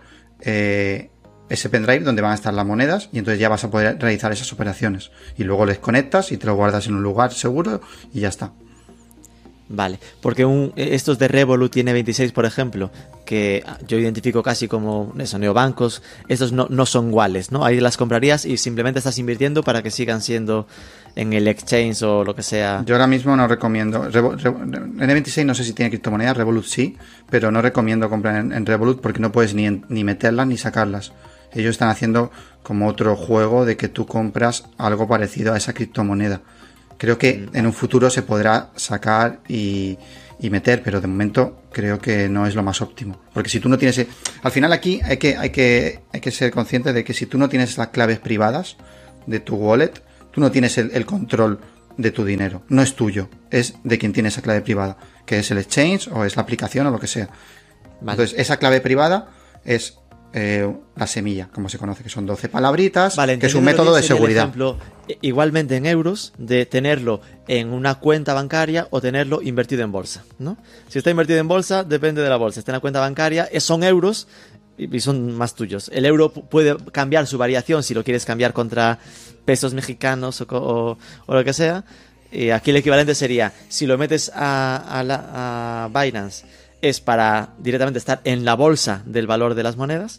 eh, ese pendrive donde van a estar las monedas y entonces ya vas a poder realizar esas operaciones y luego les conectas y te lo guardas en un lugar seguro y ya está. Vale, porque un, estos de Revolut tiene veintiséis, por ejemplo, que yo identifico casi como eso, neobancos, estos no, no son iguales, ¿no? Ahí las comprarías y simplemente estás invirtiendo para que sigan siendo en el exchange o lo que sea. Yo ahora mismo no recomiendo. Revo, Revo, N veintiséis no sé si tiene criptomonedas, Revolut sí, pero no recomiendo comprar en, en Revolut porque no puedes ni, ni meterlas ni sacarlas. Ellos están haciendo como otro juego de que tú compras algo parecido a esa criptomoneda. Creo que en un futuro se podrá sacar y, y meter, pero de momento creo que no es lo más óptimo. Porque si tú no tienes... Al final aquí hay que, hay que, hay que ser consciente de que si tú no tienes las claves privadas de tu wallet, tú no tienes el, el control de tu dinero. No es tuyo, es de quien tiene esa clave privada, que es el exchange o es la aplicación o lo que sea. Vale. Entonces, esa clave privada es... Eh, la semilla, como se conoce, que son doce palabritas, vale, que es un método de seguridad. Ejemplo, igualmente en euros, de tenerlo en una cuenta bancaria o tenerlo invertido en bolsa, ¿no? Si está invertido en bolsa, depende de la bolsa. Está en la cuenta bancaria, son euros y son más tuyos. El euro puede cambiar su variación si lo quieres cambiar contra pesos mexicanos o, o, o lo que sea. Y aquí el equivalente sería, si lo metes a, a, la, a Binance, es para directamente estar en la bolsa del valor de las monedas.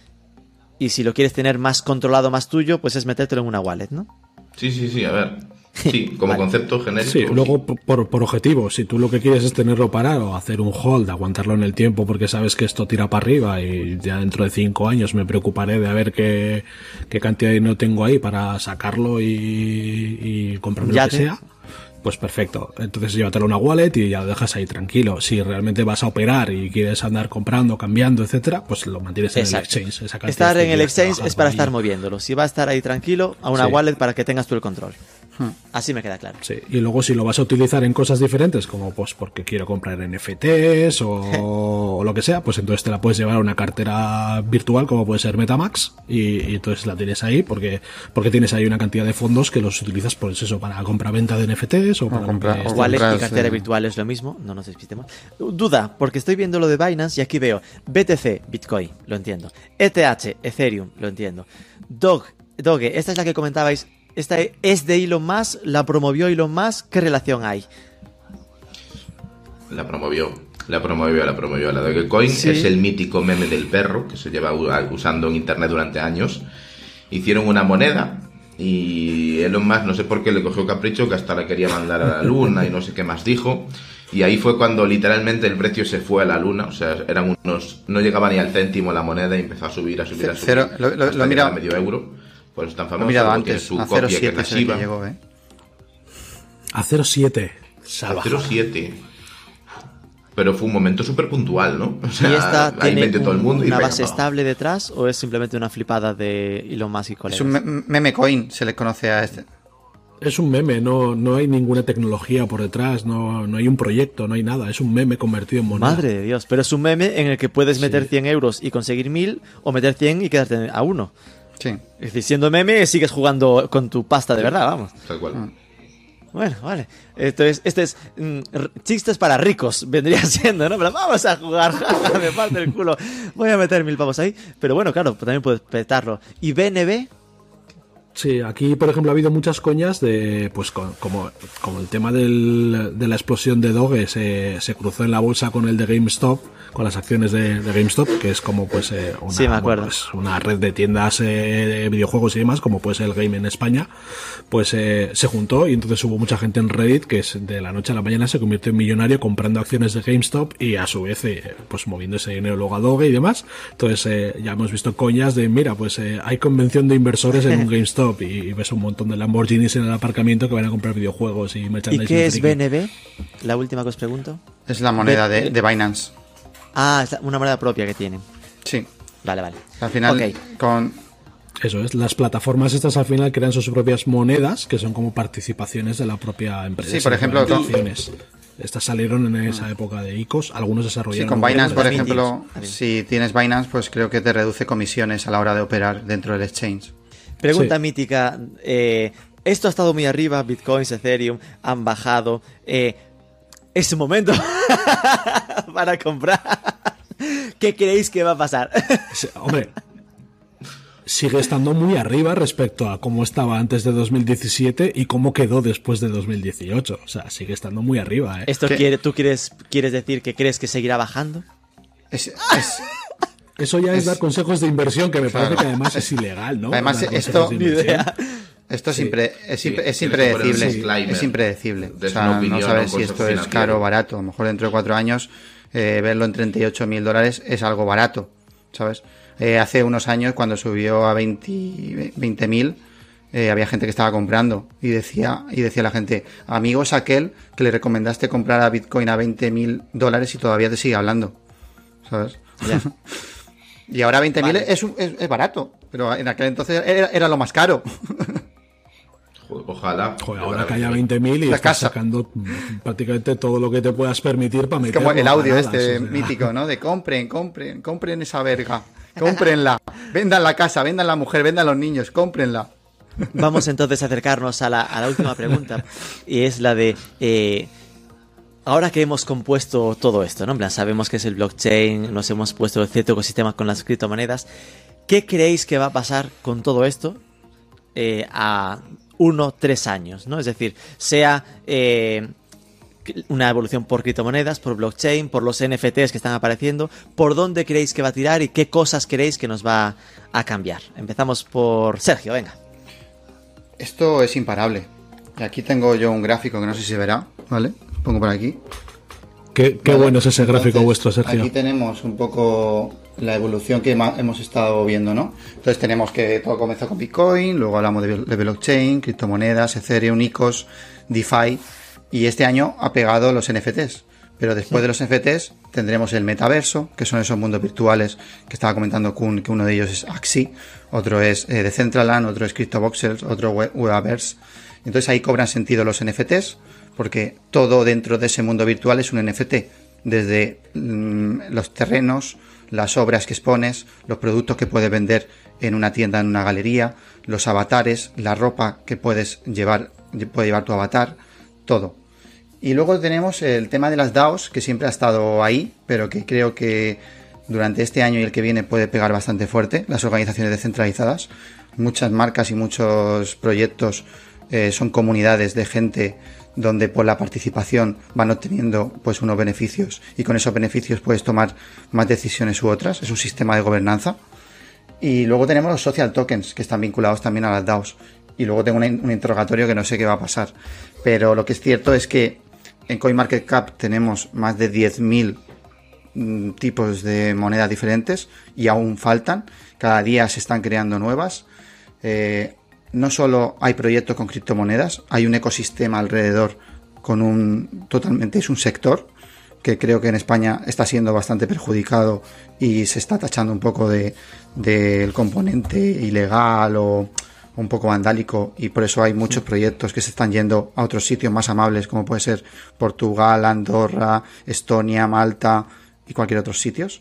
Y si lo quieres tener más controlado, más tuyo, pues es metértelo en una wallet, ¿no? Sí, sí, sí, a ver. Sí, como vale. Concepto genérico. Sí, luego por, por objetivo, si tú lo que quieres es tenerlo parado, hacer un hold, aguantarlo en el tiempo porque sabes que esto tira para arriba y ya dentro de cinco años me preocuparé de a ver qué, qué cantidad de dinero tengo ahí para sacarlo y, y comprarme ya lo que te... sea. Pues perfecto, entonces llévatelo a una wallet y ya lo dejas ahí tranquilo. Si realmente vas a operar y quieres andar comprando, cambiando, etcétera, pues lo mantienes en Exacto. el exchange. Esa estar en el exchange es para estar moviéndolo. Si va a estar ahí tranquilo, a una sí. wallet para que tengas tú el control. Hmm. Así me queda claro. Sí, y luego si lo vas a utilizar en cosas diferentes, como pues porque quiero comprar N F Ts o, o lo que sea, pues entonces te la puedes llevar a una cartera virtual como puede ser MetaMask y, y entonces la tienes ahí porque porque tienes ahí una cantidad de fondos que los utilizas pues eso para compra-venta de N F Ts o para comprar. Wallet y cartera virtual es lo mismo, no nos despistemos. Duda, porque estoy viendo lo de Binance y aquí veo B T C, Bitcoin, lo entiendo. E T H, Ethereum, lo entiendo. Dog, Doge, esta es la que comentabais. Esta es de Elon Musk, la promovió Elon Musk, ¿qué relación hay? La promovió, la promovió, la promovió. La Dogecoin sí. Es el mítico meme del perro que se lleva usando en internet durante años. Hicieron una moneda y Elon Musk no sé por qué le cogió capricho que hasta la quería mandar a la luna y no sé qué más dijo. Y ahí fue cuando literalmente el precio se fue a la luna, o sea, eran unos, no llegaba ni al céntimo la moneda y empezó a subir, a subir, a subir. Cero, lo, lo, lo mira, medio euro. Pues es tan famoso. Lo he mirado antes, su a cero coma siete que llegó, ¿eh? A cero coma siete. A cero coma siete. Pero fue un momento súper puntual, ¿no? O sea, ¿y esta ahí tiene todo el mundo un, una y base pega, estable detrás o es simplemente una flipada de Elon Musk y colegas? Es un meme coin, se le conoce a este. Es un meme, no, no hay ninguna tecnología por detrás, no, no hay un proyecto, no hay nada. Es un meme convertido en moneda. Madre de Dios, pero es un meme en el que puedes meter sí. cien euros y conseguir mil o meter cien y quedarte a uno. Sí. Es decir, siendo meme, sigues jugando con tu pasta de sí, verdad, vamos. Tal cual. Ah. Bueno, vale. Entonces, este es mm, chistes para ricos, vendría siendo, ¿no? Pero vamos a jugar, me parte el culo. Voy a meter mil pavos ahí. Pero bueno, claro, también puedes petarlo. ¿Y B N B? Sí, aquí por ejemplo ha habido muchas coñas de, pues como, como el tema del, de la explosión de Doge se, se cruzó en la bolsa con el de GameStop, con las acciones de, de GameStop, que es como pues eh, una, sí, me acuerdo. Bueno, pues, una red de tiendas eh, de videojuegos y demás, como puede ser el Game en España, pues eh, se juntó y entonces hubo mucha gente en Reddit que es de la noche a la mañana se convirtió en millonario comprando acciones de GameStop y a su vez eh, pues moviendo ese dinero luego a Doge y demás. Entonces eh, ya hemos visto coñas de mira, pues eh, hay convención de inversores en un GameStop y, y ves un montón de Lamborghinis en el aparcamiento que van a comprar videojuegos y merchandising. ¿Y qué es B N B? La última que os pregunto. Es la moneda de, de Binance. Ah, es una moneda propia que tienen. Sí. Vale, vale. Al final, okay. con... Eso es, las plataformas estas al final crean sus propias monedas, que son como participaciones de la propia empresa. Sí, por ejemplo... Con... Estas salieron en esa época de I C Os, algunos desarrollaron... Sí, con Binance, por ejemplo, si tienes Binance, pues creo que te reduce comisiones a la hora de operar dentro del exchange. Pregunta sí. mítica, eh, esto ha estado muy arriba, Bitcoin, Ethereum, han bajado... Eh, es un momento para comprar. ¿Qué creéis que va a pasar? Sí, hombre, sigue estando muy arriba respecto a cómo estaba antes de dos mil diecisiete y cómo quedó después de dos mil dieciocho. O sea, sigue estando muy arriba, ¿eh? ¿Esto quiere, tú quieres, quieres decir que crees que seguirá bajando? Es, es, Eso ya es, es dar consejos de inversión, que me claro, parece que además es ilegal, ¿no? Además, esto, esto es, sí. impre, es, sí, es impredecible. Sí. Es impredecible. De o sea, opinión, no sabes un si esto concepto es caro o barato. A lo mejor dentro de cuatro años eh, verlo en treinta y ocho mil dólares es algo barato, ¿sabes? Eh, hace unos años, cuando subió a veinte mil, eh, había gente que estaba comprando y decía y decía la gente, amigos aquel que le recomendaste comprar a Bitcoin a veinte mil dólares y todavía te sigue hablando, ¿sabes? Ya. Y ahora veinte mil Vale. es, es, es barato, pero en aquel entonces era, era lo más caro. Ojalá. Joder, ahora que haya veinte mil y La estás casa. sacando prácticamente todo lo que te puedas permitir para meter. Como el audio paradas, este o sea. mítico, ¿no? De compren, compren, compren esa verga, cómprenla, vendan la casa, vendan la mujer, vendan los niños, cómprenla. Vamos entonces a acercarnos a la, a la última pregunta, y es la de... Eh, ahora que hemos compuesto todo esto, ¿no? En plan, sabemos que es el blockchain, nos hemos puesto cierto ecosistema con las criptomonedas, ¿qué creéis que va a pasar con todo esto eh, a uno, tres años, ¿no? Es decir, sea eh, una evolución por criptomonedas, por blockchain, por los N F Ts que están apareciendo, ¿por dónde creéis que va a tirar y qué cosas creéis que nos va a cambiar? Empezamos por Sergio, venga. Esto es imparable. Y aquí tengo yo un gráfico que no sé si se verá, ¿vale? Pongo por aquí. Qué, qué Vale. bueno es ese gráfico Entonces, vuestro, Sergio. Aquí tenemos un poco la evolución que ma- hemos estado viendo, ¿no? Entonces tenemos que todo comenzó con Bitcoin, luego hablamos de, de blockchain, criptomonedas, Ethereum, I C O S, DeFi, y este año ha pegado los N F Ts. Pero después de los N F Ts tendremos el metaverso, que son esos mundos virtuales que estaba comentando Kun, que uno de ellos es Axie, otro es eh, Decentraland, otro es CryptoVoxels, otro We- Weaverse. Entonces ahí cobran sentido los N F Ts, porque todo dentro de ese mundo virtual es un N F T, desde mmm, los terrenos, las obras que expones, los productos que puedes vender en una tienda, en una galería, los avatares, la ropa que puedes llevar, puede llevar tu avatar, todo. Y luego tenemos el tema de las DAOs, que siempre ha estado ahí, pero que creo que durante este año y el que viene puede pegar bastante fuerte, las organizaciones descentralizadas. Muchas marcas y muchos proyectos eh, son comunidades de gente donde por la participación van obteniendo pues unos beneficios y con esos beneficios puedes tomar más decisiones u otras. Es un sistema de gobernanza. Y luego tenemos los social tokens, que están vinculados también a las DAOs. Y luego tengo una, un interrogatorio que no sé qué va a pasar. Pero lo que es cierto es que en CoinMarketCap tenemos más de diez mil mm, tipos de monedas diferentes y aún faltan. Cada día se están creando nuevas. Eh, no solo hay proyectos con criptomonedas, hay un ecosistema alrededor con un... totalmente es un sector que creo que en España está siendo bastante perjudicado y se está tachando un poco de del componente ilegal o un poco vandálico, y por eso hay muchos proyectos que se están yendo a otros sitios más amables como puede ser Portugal, Andorra, Estonia, Malta y cualquier otro sitios.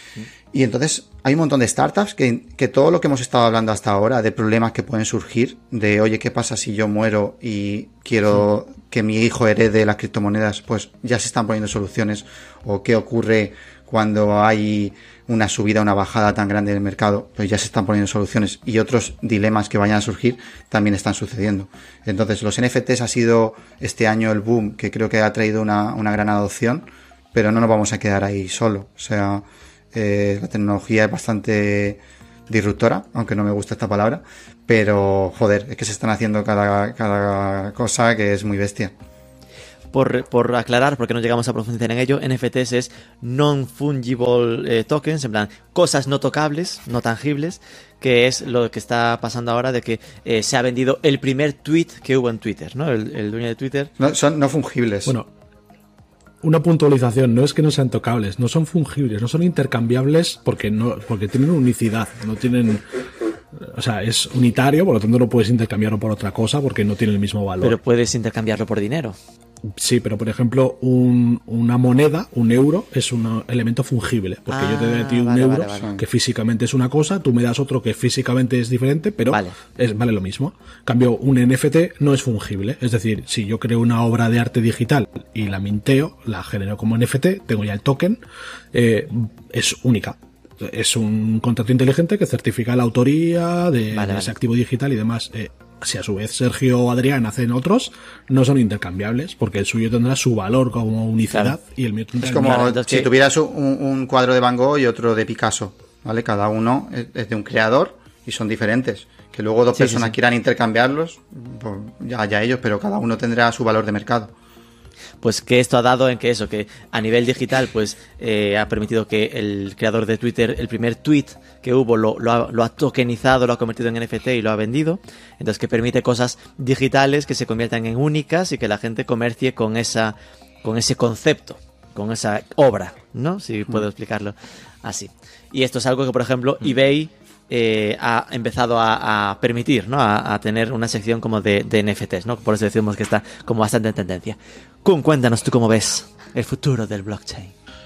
Y entonces hay un montón de startups que, que todo lo que hemos estado hablando hasta ahora de problemas que pueden surgir, de oye, ¿qué pasa si yo muero y quiero sí. que mi hijo herede las criptomonedas? Pues ya se están poniendo soluciones. O qué ocurre cuando hay una subida, una bajada tan grande del mercado, pues ya se están poniendo soluciones. Y otros dilemas que vayan a surgir también están sucediendo. Entonces los N F Ts ha sido este año el boom que creo que ha traído una, una gran adopción, pero no nos vamos a quedar ahí solo. O sea... Eh, la tecnología es bastante disruptora, aunque no me gusta esta palabra, pero joder, es que se están haciendo cada, cada cosa que es muy bestia. Por, por aclarar, porque no llegamos a profundizar en ello, N F Ts es Non-Fungible eh, Tokens, en plan, cosas no tocables, no tangibles, que es lo que está pasando ahora de que eh, se ha vendido el primer tweet que hubo en Twitter, ¿no? El, el dueño de Twitter. No, son no fungibles. Bueno, una puntualización, no es que no sean tocables, no son fungibles, no son intercambiables porque no porque tienen unicidad, no tienen... O sea, es unitario, por lo tanto no puedes intercambiarlo por otra cosa porque no tiene el mismo valor. Pero puedes intercambiarlo por dinero. Sí, pero por ejemplo, un, una moneda, un euro, es un elemento fungible. Porque ah, yo te doy a ti un vale, euro, vale, vale. que físicamente es una cosa, tú me das otro que físicamente es diferente, pero vale. Es, vale lo mismo. En cambio, un N F T no es fungible. Es decir, si yo creo una obra de arte digital y la minteo, la genero como N F T, tengo ya el token, eh, es única. es un contrato inteligente que certifica la autoría de, vale, de ese vale. activo digital y demás. Eh, si a su vez Sergio o Adrián hacen otros, no son intercambiables, porque el suyo tendrá su valor como unicidad Claro. y el mío tendrá Es el como mío. Claro, entonces si que- tuvieras un, un cuadro de Van Gogh y otro de Picasso, ¿vale? Cada uno es, es de un creador y son diferentes. Que luego dos Sí, sí, personas sí. quieran intercambiarlos, pues ya, ya ellos, pero cada uno tendrá su valor de mercado. Pues que esto ha dado en que eso, que a nivel digital, pues eh, ha permitido que el creador de Twitter, el primer tweet que hubo, lo, lo, ha, lo ha tokenizado, lo ha convertido en N F T y lo ha vendido. Entonces que permite cosas digitales que se conviertan en únicas y que la gente comercie con esa, con ese concepto, con esa obra, ¿no? Si puedo explicarlo así. Y esto es algo que, por ejemplo, eBay eh, ha empezado a, a permitir, ¿no? A, a tener una sección como de, de N F Ts, ¿no? Por eso decimos que está como bastante en tendencia. Kun, cuéntanos tú cómo ves el futuro del blockchain.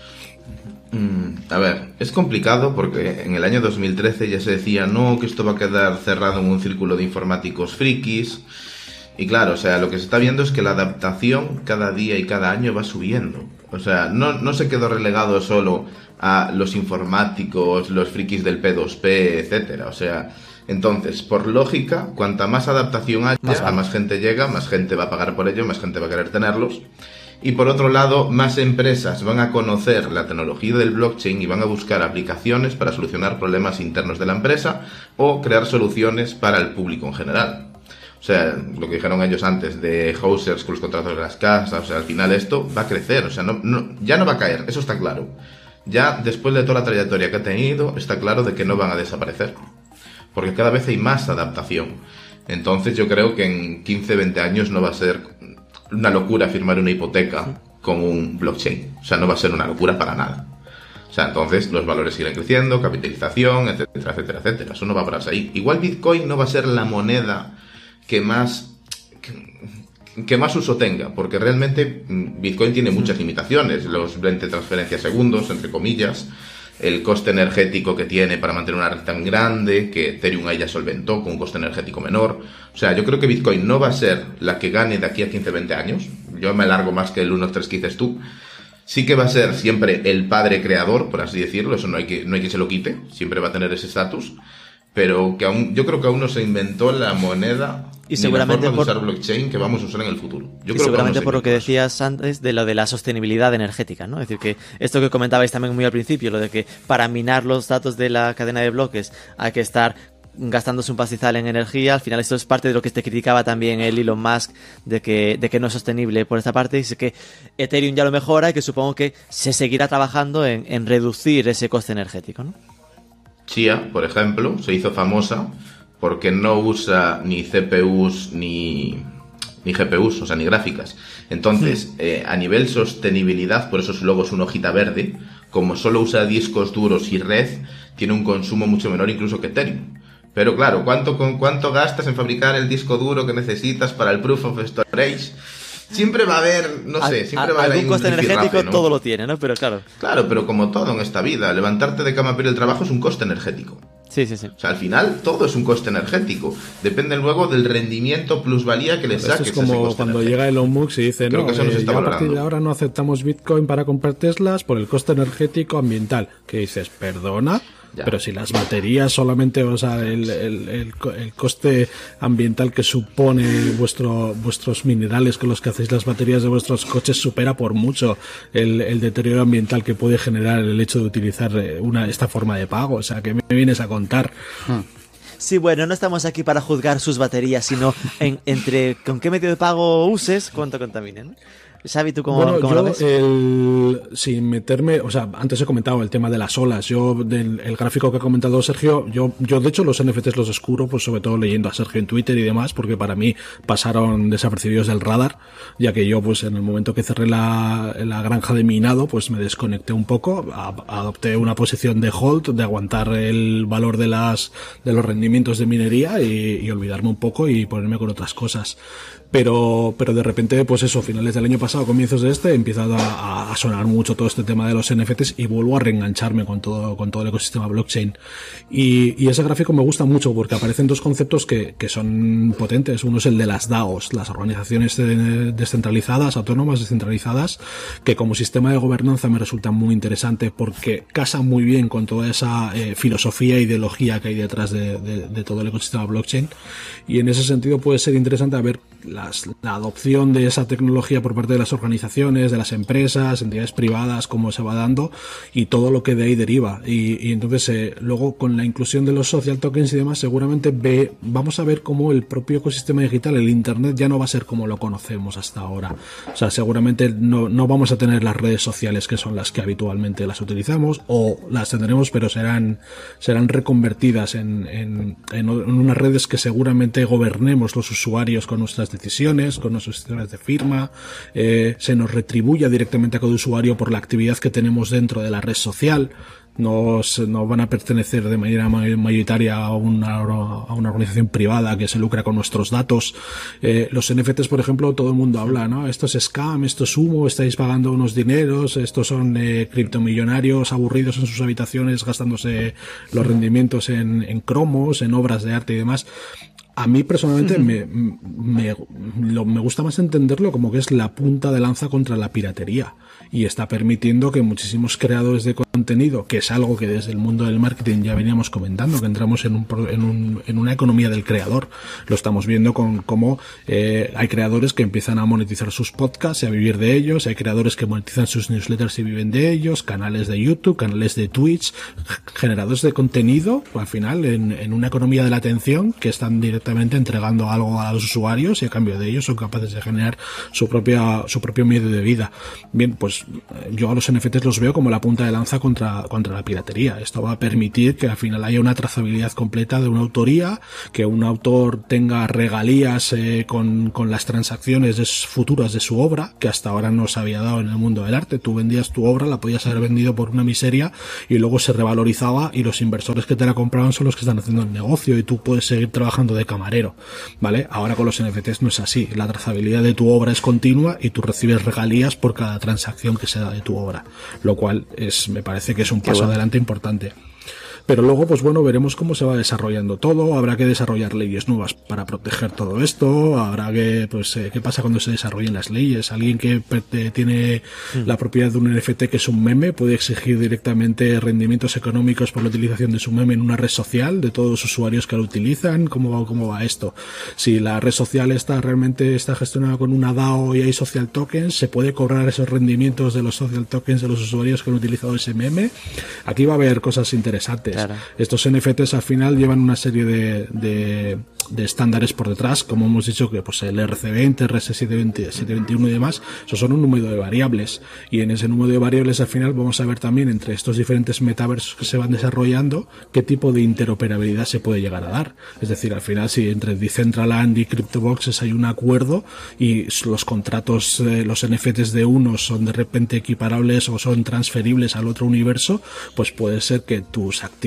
Mm, a ver, es complicado porque en el año dos mil trece ya se decía no, que esto va a quedar cerrado en un círculo de informáticos frikis. Y claro, o sea, lo que se está viendo es que la adaptación cada día y cada año va subiendo. O sea, no, no se quedó relegado solo a los informáticos, los frikis del P dos P, etcétera. O sea, entonces, por lógica, cuanta más adaptación haya, Más vale. a más gente llega, más gente va a pagar por ello, más gente va a querer tenerlos. Y por otro lado, más empresas van a conocer la tecnología del blockchain y van a buscar aplicaciones para solucionar problemas internos de la empresa o crear soluciones para el público en general. O sea, lo que dijeron ellos antes de hosers con los contratos de las casas, o sea, al final esto va a crecer, o sea, no, no, ya no va a caer, eso está claro. Ya después de toda la trayectoria que ha tenido, está claro de que no van a desaparecer. Porque cada vez hay más adaptación. Entonces yo creo que en quince, veinte años no va a ser una locura firmar una hipoteca con un blockchain. O sea, no va a ser una locura para nada. O sea, entonces los valores siguen creciendo, capitalización, etcétera, etcétera, etcétera. Eso no va a pararse ahí. Igual Bitcoin no va a ser la moneda que más que, que más uso tenga, porque realmente Bitcoin tiene muchas limitaciones. Los veinte transferencias segundos, entre comillas, el coste energético que tiene para mantener una red tan grande, que Ethereum ahí ya solventó con un coste energético menor. O sea, yo creo que Bitcoin no va a ser la que gane de aquí a quince, veinte años. Yo me alargo más que el uno tres que dices tú. Sí que va a ser siempre el padre creador, por así decirlo, eso no hay que, no hay que se lo quite, siempre va a tener ese estatus, pero que aún, yo creo que aún no se inventó la moneda Y seguramente ni la forma por- de usar blockchain que vamos a usar en el futuro. Yo y creo que seguramente aún no se por lo que inventó eso. decías antes de lo de la sostenibilidad energética, ¿no? Es decir, que esto que comentabais también muy al principio, lo de que para minar los datos de la cadena de bloques hay que estar gastándose un pastizal en energía. Al final esto es parte de lo que te criticaba también el Elon Musk, de que, de que no es sostenible por esta parte. Dice que Ethereum ya lo mejora y que supongo que se seguirá trabajando en, en reducir ese coste energético, ¿no? Chia, por ejemplo, se hizo famosa porque no usa ni C P Us ni, ni G P Us, o sea, ni gráficas. Entonces, eh, a nivel sostenibilidad, por eso su logo es una hojita verde, como solo usa discos duros y red, tiene un consumo mucho menor incluso que Ethereum. Pero claro, ¿cuánto, con, ¿cuánto gastas en fabricar el disco duro que necesitas para el Proof of Storage? Siempre va a haber, no sé, Al- siempre a- va a haber algún ahí un coste rifirrafe, energético ¿no? todo lo tiene, ¿no? Pero claro. Claro, pero como todo en esta vida, levantarte de cama para ir al trabajo es un coste energético. Sí, sí, sí. O sea, al final todo es un coste energético. Depende luego del rendimiento plusvalía que le Esto saques. es a ese como coste cuando energético. llega Elon Musk y dice, Creo no, que eso no se eh, está ya a partir valorando. de ahora no aceptamos Bitcoin para comprar Teslas por el coste energético ambiental. Que dices, perdona, Ya. pero si las baterías solamente, o sea, el, el, el, co- el coste ambiental que supone vuestro, vuestros minerales con los que hacéis las baterías de vuestros coches supera por mucho el, el deterioro ambiental que puede generar el hecho de utilizar eh, una, esta forma de pago. O sea, ¿qué me vienes a contar? Sí, bueno, no estamos aquí para juzgar sus baterías, sino en, entre con qué medio de pago uses, cuánto contaminen, ¿no? Xavi, ¿tú cómo, Bueno, cómo yo, lo ves? el, sin meterme, o sea, antes he comentado el tema de las olas. Yo, del el gráfico que ha comentado Sergio, yo, yo de hecho los N F Ts los descubro, pues sobre todo leyendo a Sergio en Twitter y demás, porque para mí pasaron desapercibidos del radar, ya que yo, pues en el momento que cerré la, la granja de minado, pues me desconecté un poco, a- adopté una posición de hold, de aguantar el valor de las, de los rendimientos de minería y, y olvidarme un poco y ponerme con otras cosas. pero, pero de repente, pues eso, finales del año pasado, comienzos de este, empieza a, a sonar mucho todo este tema de los N F Ts y vuelvo a reengancharme con todo, con todo el ecosistema blockchain. Y, y ese gráfico me gusta mucho porque aparecen dos conceptos que, que son potentes. Uno es el de las DAOs, las organizaciones de, descentralizadas, autónomas descentralizadas, que como sistema de gobernanza me resulta muy interesante porque casa muy bien con toda esa eh, filosofía e ideología que hay detrás de, de, de todo el ecosistema blockchain. Y en ese sentido puede ser interesante ver las, la adopción de esa tecnología por parte de las organizaciones, de las empresas, entidades privadas, cómo se va dando y todo lo que de ahí deriva. Y, y entonces eh, luego con la inclusión de los social tokens y demás, seguramente ve, vamos a ver cómo el propio ecosistema digital, el internet, ya no va a ser como lo conocemos hasta ahora. O sea, seguramente no, no vamos a tener las redes sociales que son las que habitualmente las utilizamos, o las tendremos pero serán serán reconvertidas en, en, en, en unas redes que seguramente gobernemos los usuarios con nuestras decisiones, con nuestros sistemas de firma, eh, se nos retribuya directamente a cada usuario por la actividad que tenemos dentro de la red social. No, no van a pertenecer de manera mayoritaria a una, a una organización privada que se lucra con nuestros datos. Eh, los N F Ts, por ejemplo, todo el mundo habla, ¿no? Esto es scam, esto es humo, estáis pagando unos dineros, estos son eh, criptomillonarios aburridos en sus habitaciones gastándose los rendimientos en, en cromos, en obras de arte y demás. A mí personalmente me, me, lo, me gusta más entenderlo como que es la punta de lanza contra la piratería y está permitiendo que muchísimos creadores de contenido, que es algo que desde el mundo del marketing ya veníamos comentando, que entramos en, un, en, un, en una economía del creador. Lo estamos viendo con cómo eh, hay creadores que empiezan a monetizar sus podcasts y a vivir de ellos, hay creadores que monetizan sus newsletters y viven de ellos, canales de YouTube, canales de Twitch, generadores de contenido, al final en, en una economía de la atención que están directamente entregando algo a los usuarios y a cambio de ellos son capaces de generar su propia su propio medio de vida. Bien, pues yo a los N F Ts los veo como la punta de lanza contra, contra la piratería. Esto va a permitir que al final haya una trazabilidad completa de una autoría, que un autor tenga regalías eh, con, con las transacciones de, futuras de su obra, que hasta ahora no se había dado en el mundo del arte. Tú vendías tu obra, la podías haber vendido por una miseria y luego se revalorizaba y los inversores que te la compraban son los que están haciendo el negocio y tú puedes seguir trabajando de camarero, ¿vale? Ahora con los N F Ts no es así. La trazabilidad de tu obra es continua y tú recibes regalías por cada transacción que se da de tu obra, lo cual es, me parece que es un paso bueno. adelante importante. Pero luego, pues bueno, veremos cómo se va desarrollando todo. Habrá que desarrollar leyes nuevas para proteger todo esto. Habrá que, pues, eh, ¿qué pasa cuando se desarrollen las leyes? Alguien que eh, tiene mm. la propiedad de un N F T que es un meme puede exigir directamente rendimientos económicos por la utilización de su meme en una red social de todos los usuarios que lo utilizan. ¿Cómo va, cómo va esto? Si la red social está realmente está gestionada con una DAO y hay social tokens, ¿se puede cobrar esos rendimientos de los social tokens de los usuarios que han utilizado ese meme? Aquí va a haber cosas interesantes. Claro. Estos N F Ts al final llevan una serie de, de, de estándares por detrás, como hemos dicho que pues el R C veinte, R S setecientos veintiuno y demás, esos son un número de variables y en ese número de variables al final vamos a ver también entre estos diferentes metaversos que se van desarrollando qué tipo de interoperabilidad se puede llegar a dar. Es decir, al final si entre Decentraland y CryptoBoxes hay un acuerdo y los contratos, eh, los N F Ts de unos son de repente equiparables o son transferibles al otro universo, pues puede ser que tus activos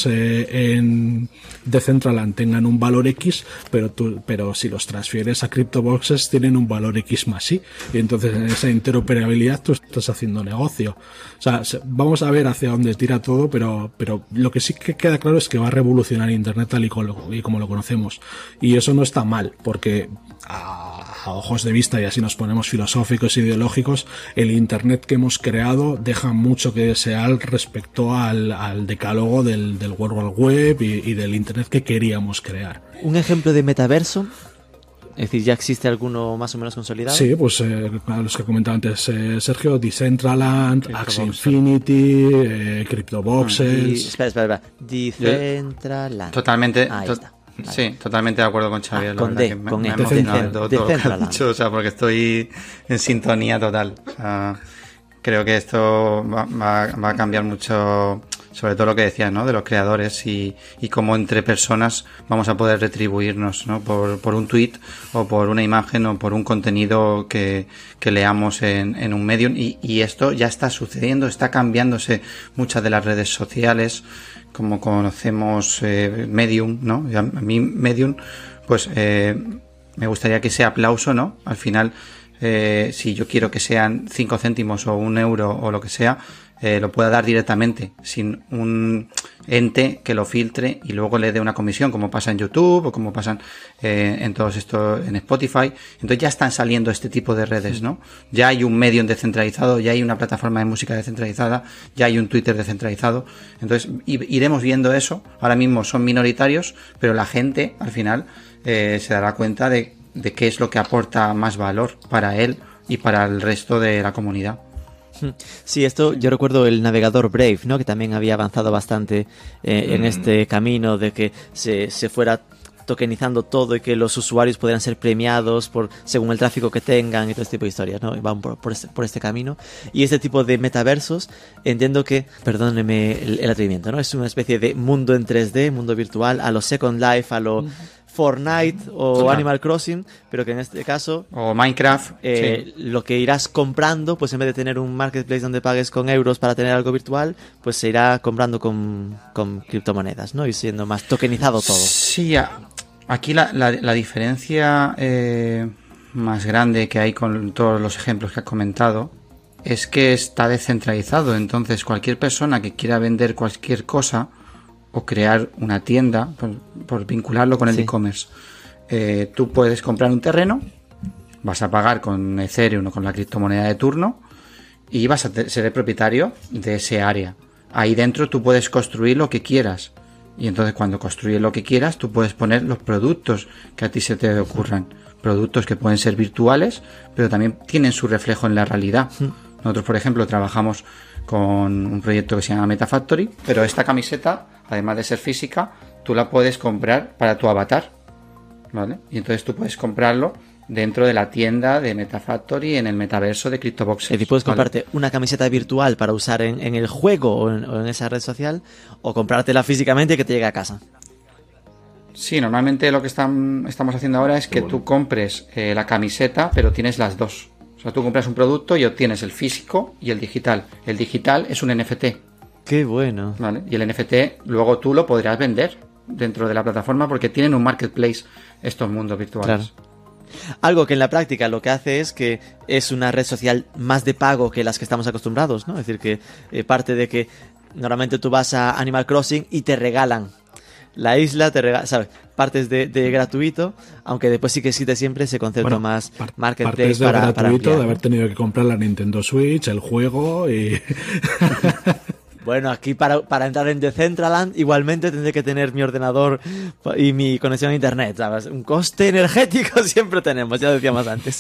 eh, en Decentraland tengan un valor X, pero tú, pero si los transfieres a CryptoBoxes tienen un valor X más Y, y entonces en esa interoperabilidad tú estás haciendo negocio. O sea, vamos a ver hacia dónde tira todo, pero, pero lo que sí que queda claro es que va a revolucionar Internet tal y como, y como lo conocemos. Y eso no está mal, porque a, a ojos de vista, y así nos ponemos filosóficos e ideológicos, el Internet que hemos creado deja mucho que desear respecto al, al decálogo del, del World Wide Web y, y del Internet que queríamos crear. Un ejemplo de metaverso, es decir, ¿ya existe alguno más o menos consolidado? Sí, pues eh, los que comentaba antes eh, Sergio, Decentraland, Axie Infinity, eh, CryptoBoxes... Mm, y, espera, espera, espera, Decentraland. Totalmente... Ahí to- está. Vale. Sí, totalmente de acuerdo con Xavier. Ah, con la D, que me, con me E. ha emocionado todo, todo lo que ha dicho, Decentraland. o sea, porque estoy en sintonía total. O sea, creo que esto va, va, va a cambiar mucho, sobre todo lo que decías, ¿no? De los creadores y, y cómo entre personas vamos a poder retribuirnos, ¿no? Por, por un tweet o por una imagen o por un contenido que, que leamos en, en un Medium. Y, y esto ya está sucediendo, está cambiándose muchas de las redes sociales, como conocemos eh, Medium, ¿no? A mí Medium, pues eh, me gustaría que ese aplauso, ¿no? Al final, eh, si yo quiero que sean cinco céntimos o un euro o lo que sea, eh, lo pueda dar directamente, sin un ente que lo filtre y luego le dé una comisión, como pasa en YouTube o como pasan eh, en todos estos, en Spotify. Entonces ya están saliendo este tipo de redes, ¿no? Ya hay un medio descentralizado, ya hay una plataforma de música descentralizada, ya hay un Twitter descentralizado. Entonces iremos viendo eso. Ahora mismo son minoritarios, pero la gente al final eh, se dará cuenta de, de qué es lo que aporta más valor para él y para el resto de la comunidad. Sí, esto yo recuerdo el navegador Brave, ¿no? Que también había avanzado bastante eh, en este camino de que se, se fuera tokenizando todo y que los usuarios pudieran ser premiados por según el tráfico que tengan y todo este tipo de historias, ¿no? Van por, por, este, por este camino. Y este tipo de metaversos, entiendo que, perdónenme el, el atrevimiento, ¿no? Es una especie de mundo en tres D, mundo virtual, a lo Second Life, a lo Fortnite o Total. Animal Crossing, pero que en este caso o Minecraft, eh, sí. Lo que irás comprando, pues en vez de tener un marketplace donde pagues con euros para tener algo virtual, pues se irá comprando con, con criptomonedas, ¿no? Y siendo más tokenizado todo. Sí, aquí la, la, la diferencia eh, más grande que hay con todos los ejemplos que has comentado es que está descentralizado. Entonces cualquier persona que quiera vender cualquier cosa o crear una tienda, por, por vincularlo con el sí. e-commerce, eh, tú puedes comprar un terreno, vas a pagar con Ethereum o con la criptomoneda de turno y vas a te- ser el propietario de ese área. Ahí dentro tú puedes construir lo que quieras y entonces cuando construyes lo que quieras tú puedes poner los productos que a ti se te ocurran, productos que pueden ser virtuales pero también tienen su reflejo en la realidad. Nosotros, por ejemplo, trabajamos con un proyecto que se llama Metafactory, pero esta camiseta, además de ser física, tú la puedes comprar para tu avatar, ¿vale? Y entonces tú puedes comprarlo dentro de la tienda de Metafactory en el metaverso de CryptoBox. Es decir, puedes ¿vale? comprarte una camiseta virtual para usar en, en el juego o en, o en esa red social, o comprártela físicamente y que te llegue a casa. Sí, normalmente lo que están, estamos haciendo ahora es que Bueno. tú compres eh, la camiseta, pero tienes las dos. O sea, tú compras un producto y obtienes el físico y el digital. El digital es un N F T, ¡Qué bueno! ¿vale? Y el N F T luego tú lo podrás vender dentro de la plataforma porque tienen un marketplace estos mundos virtuales. Claro. Algo que en la práctica lo que hace es que es una red social más de pago que las que estamos acostumbrados, ¿no? Es decir, que eh, parte de que normalmente tú vas a Animal Crossing y te regalan la isla, te regalan, ¿sabes? Partes de, de gratuito, aunque después sí que existe siempre ese concepto Bueno, más par- marketplace partes de para, para gratuito ampliar, de ¿no? haber tenido que comprar la Nintendo Switch, el juego y... Bueno, aquí para, para entrar en Decentraland igualmente tendré que tener mi ordenador y mi conexión a internet, ¿sabes? Un coste energético siempre tenemos, ya lo decíamos antes.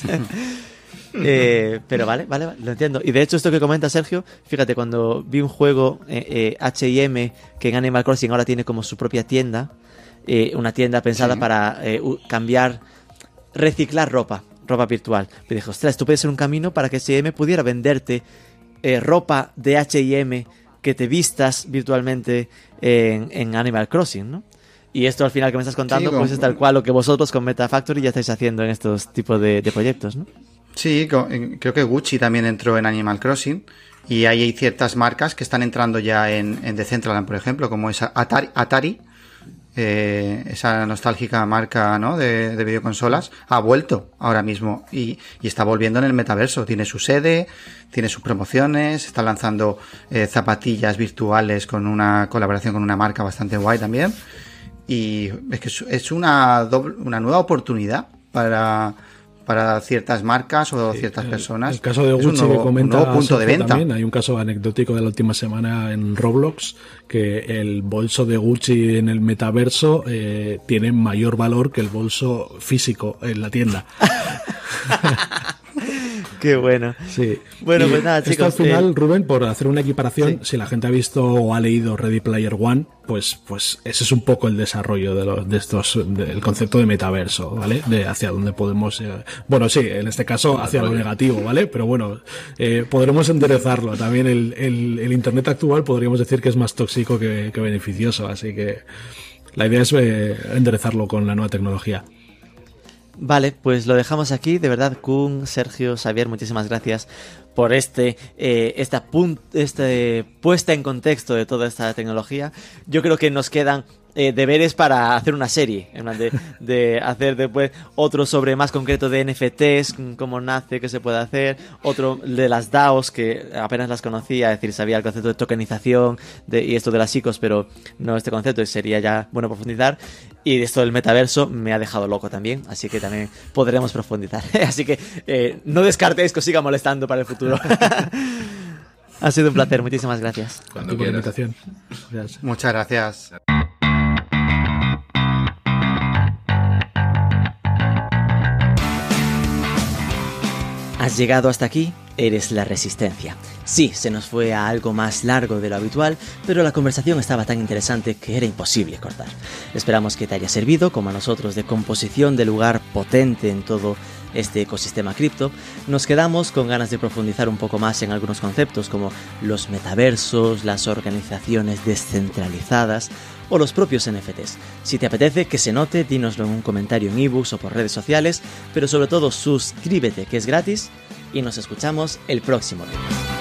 eh, pero vale, vale, vale, lo entiendo. Y de hecho esto que comenta Sergio, fíjate, cuando vi un juego eh, eh, H y M que en Animal Crossing ahora tiene como su propia tienda, eh, una tienda pensada Sí. para eh, u- cambiar, reciclar ropa, ropa virtual. Me dije, ostras, esto puede ser un camino para que H y M pudiera venderte eh, ropa de H y M que te vistas virtualmente en, en Animal Crossing, ¿no? Y esto al final que me estás contando, Sí, pues con- es tal cual lo que vosotros con Metafactory ya estáis haciendo en estos tipos de, de proyectos, ¿no? Sí, co- eh, creo que Gucci también entró en Animal Crossing y ahí hay ciertas marcas que están entrando ya en, en Decentraland, por ejemplo, como esa Atari, Atari eh, esa nostálgica marca, ¿no?, de, de videoconsolas, ha vuelto ahora mismo y, y está volviendo en el metaverso. Tiene su sede, tiene sus promociones, está lanzando eh, zapatillas virtuales con una colaboración con una marca bastante guay también. Y es que es- es una, doble- una nueva oportunidad para, para ciertas marcas o ciertas personas. El caso de Es un Gucci nuevo- que un comenta nuevo punto de Sergio venta. también, hay un caso anecdótico de la última semana en Roblox, que el bolso de Gucci en el metaverso eh, tiene mayor valor que el bolso físico en la tienda. Qué bueno. Sí. Bueno, Y pues nada, esto chicos, al final, eh, Rubén, por hacer una equiparación, sí. si la gente ha visto o ha leído Ready Player One, pues, pues ese es un poco el desarrollo de, los, de estos, del concepto de metaverso, ¿vale? De hacia dónde podemos, eh, bueno, sí, en este caso hacia lo negativo, ¿vale? Pero bueno, eh, podremos enderezarlo. También el, el, el Internet actual podríamos decir que es más tóxico que, que beneficioso, así que la idea es eh, enderezarlo con la nueva tecnología. Vale, pues lo dejamos aquí. De verdad, Kun, Sergio, Xavier, muchísimas gracias por este, eh, esta pun- este puesta en contexto de toda esta tecnología. Yo creo que nos quedan eh, deberes para hacer una serie, en plan de, de hacer después otro sobre más concreto de N F Ts, cómo nace, qué se puede hacer, otro de las DAOs que apenas las conocía, es decir, sabía el concepto de tokenización de, y esto de las I C Os, pero no este concepto, y sería ya bueno profundizar. Y esto del metaverso me ha dejado loco también, así que también podremos profundizar. Así que eh, no descartéis que os siga molestando para el futuro. Ha sido un placer, muchísimas gracias. Cuando Por la quieras. invitación. Gracias. Muchas gracias. Has llegado hasta aquí, eres la Resistencia. Sí, se nos fue a algo más largo de lo habitual, pero la conversación estaba tan interesante que era imposible cortar. Esperamos que te haya servido, como a nosotros, de composición de lugar potente en todo este ecosistema cripto. Nos quedamos con ganas de profundizar un poco más en algunos conceptos como los metaversos, las organizaciones descentralizadas o los propios N F Ts. Si te apetece que se note, dínoslo en un comentario en ebooks o por redes sociales, pero sobre todo suscríbete, que es gratis, y nos escuchamos el próximo lunes.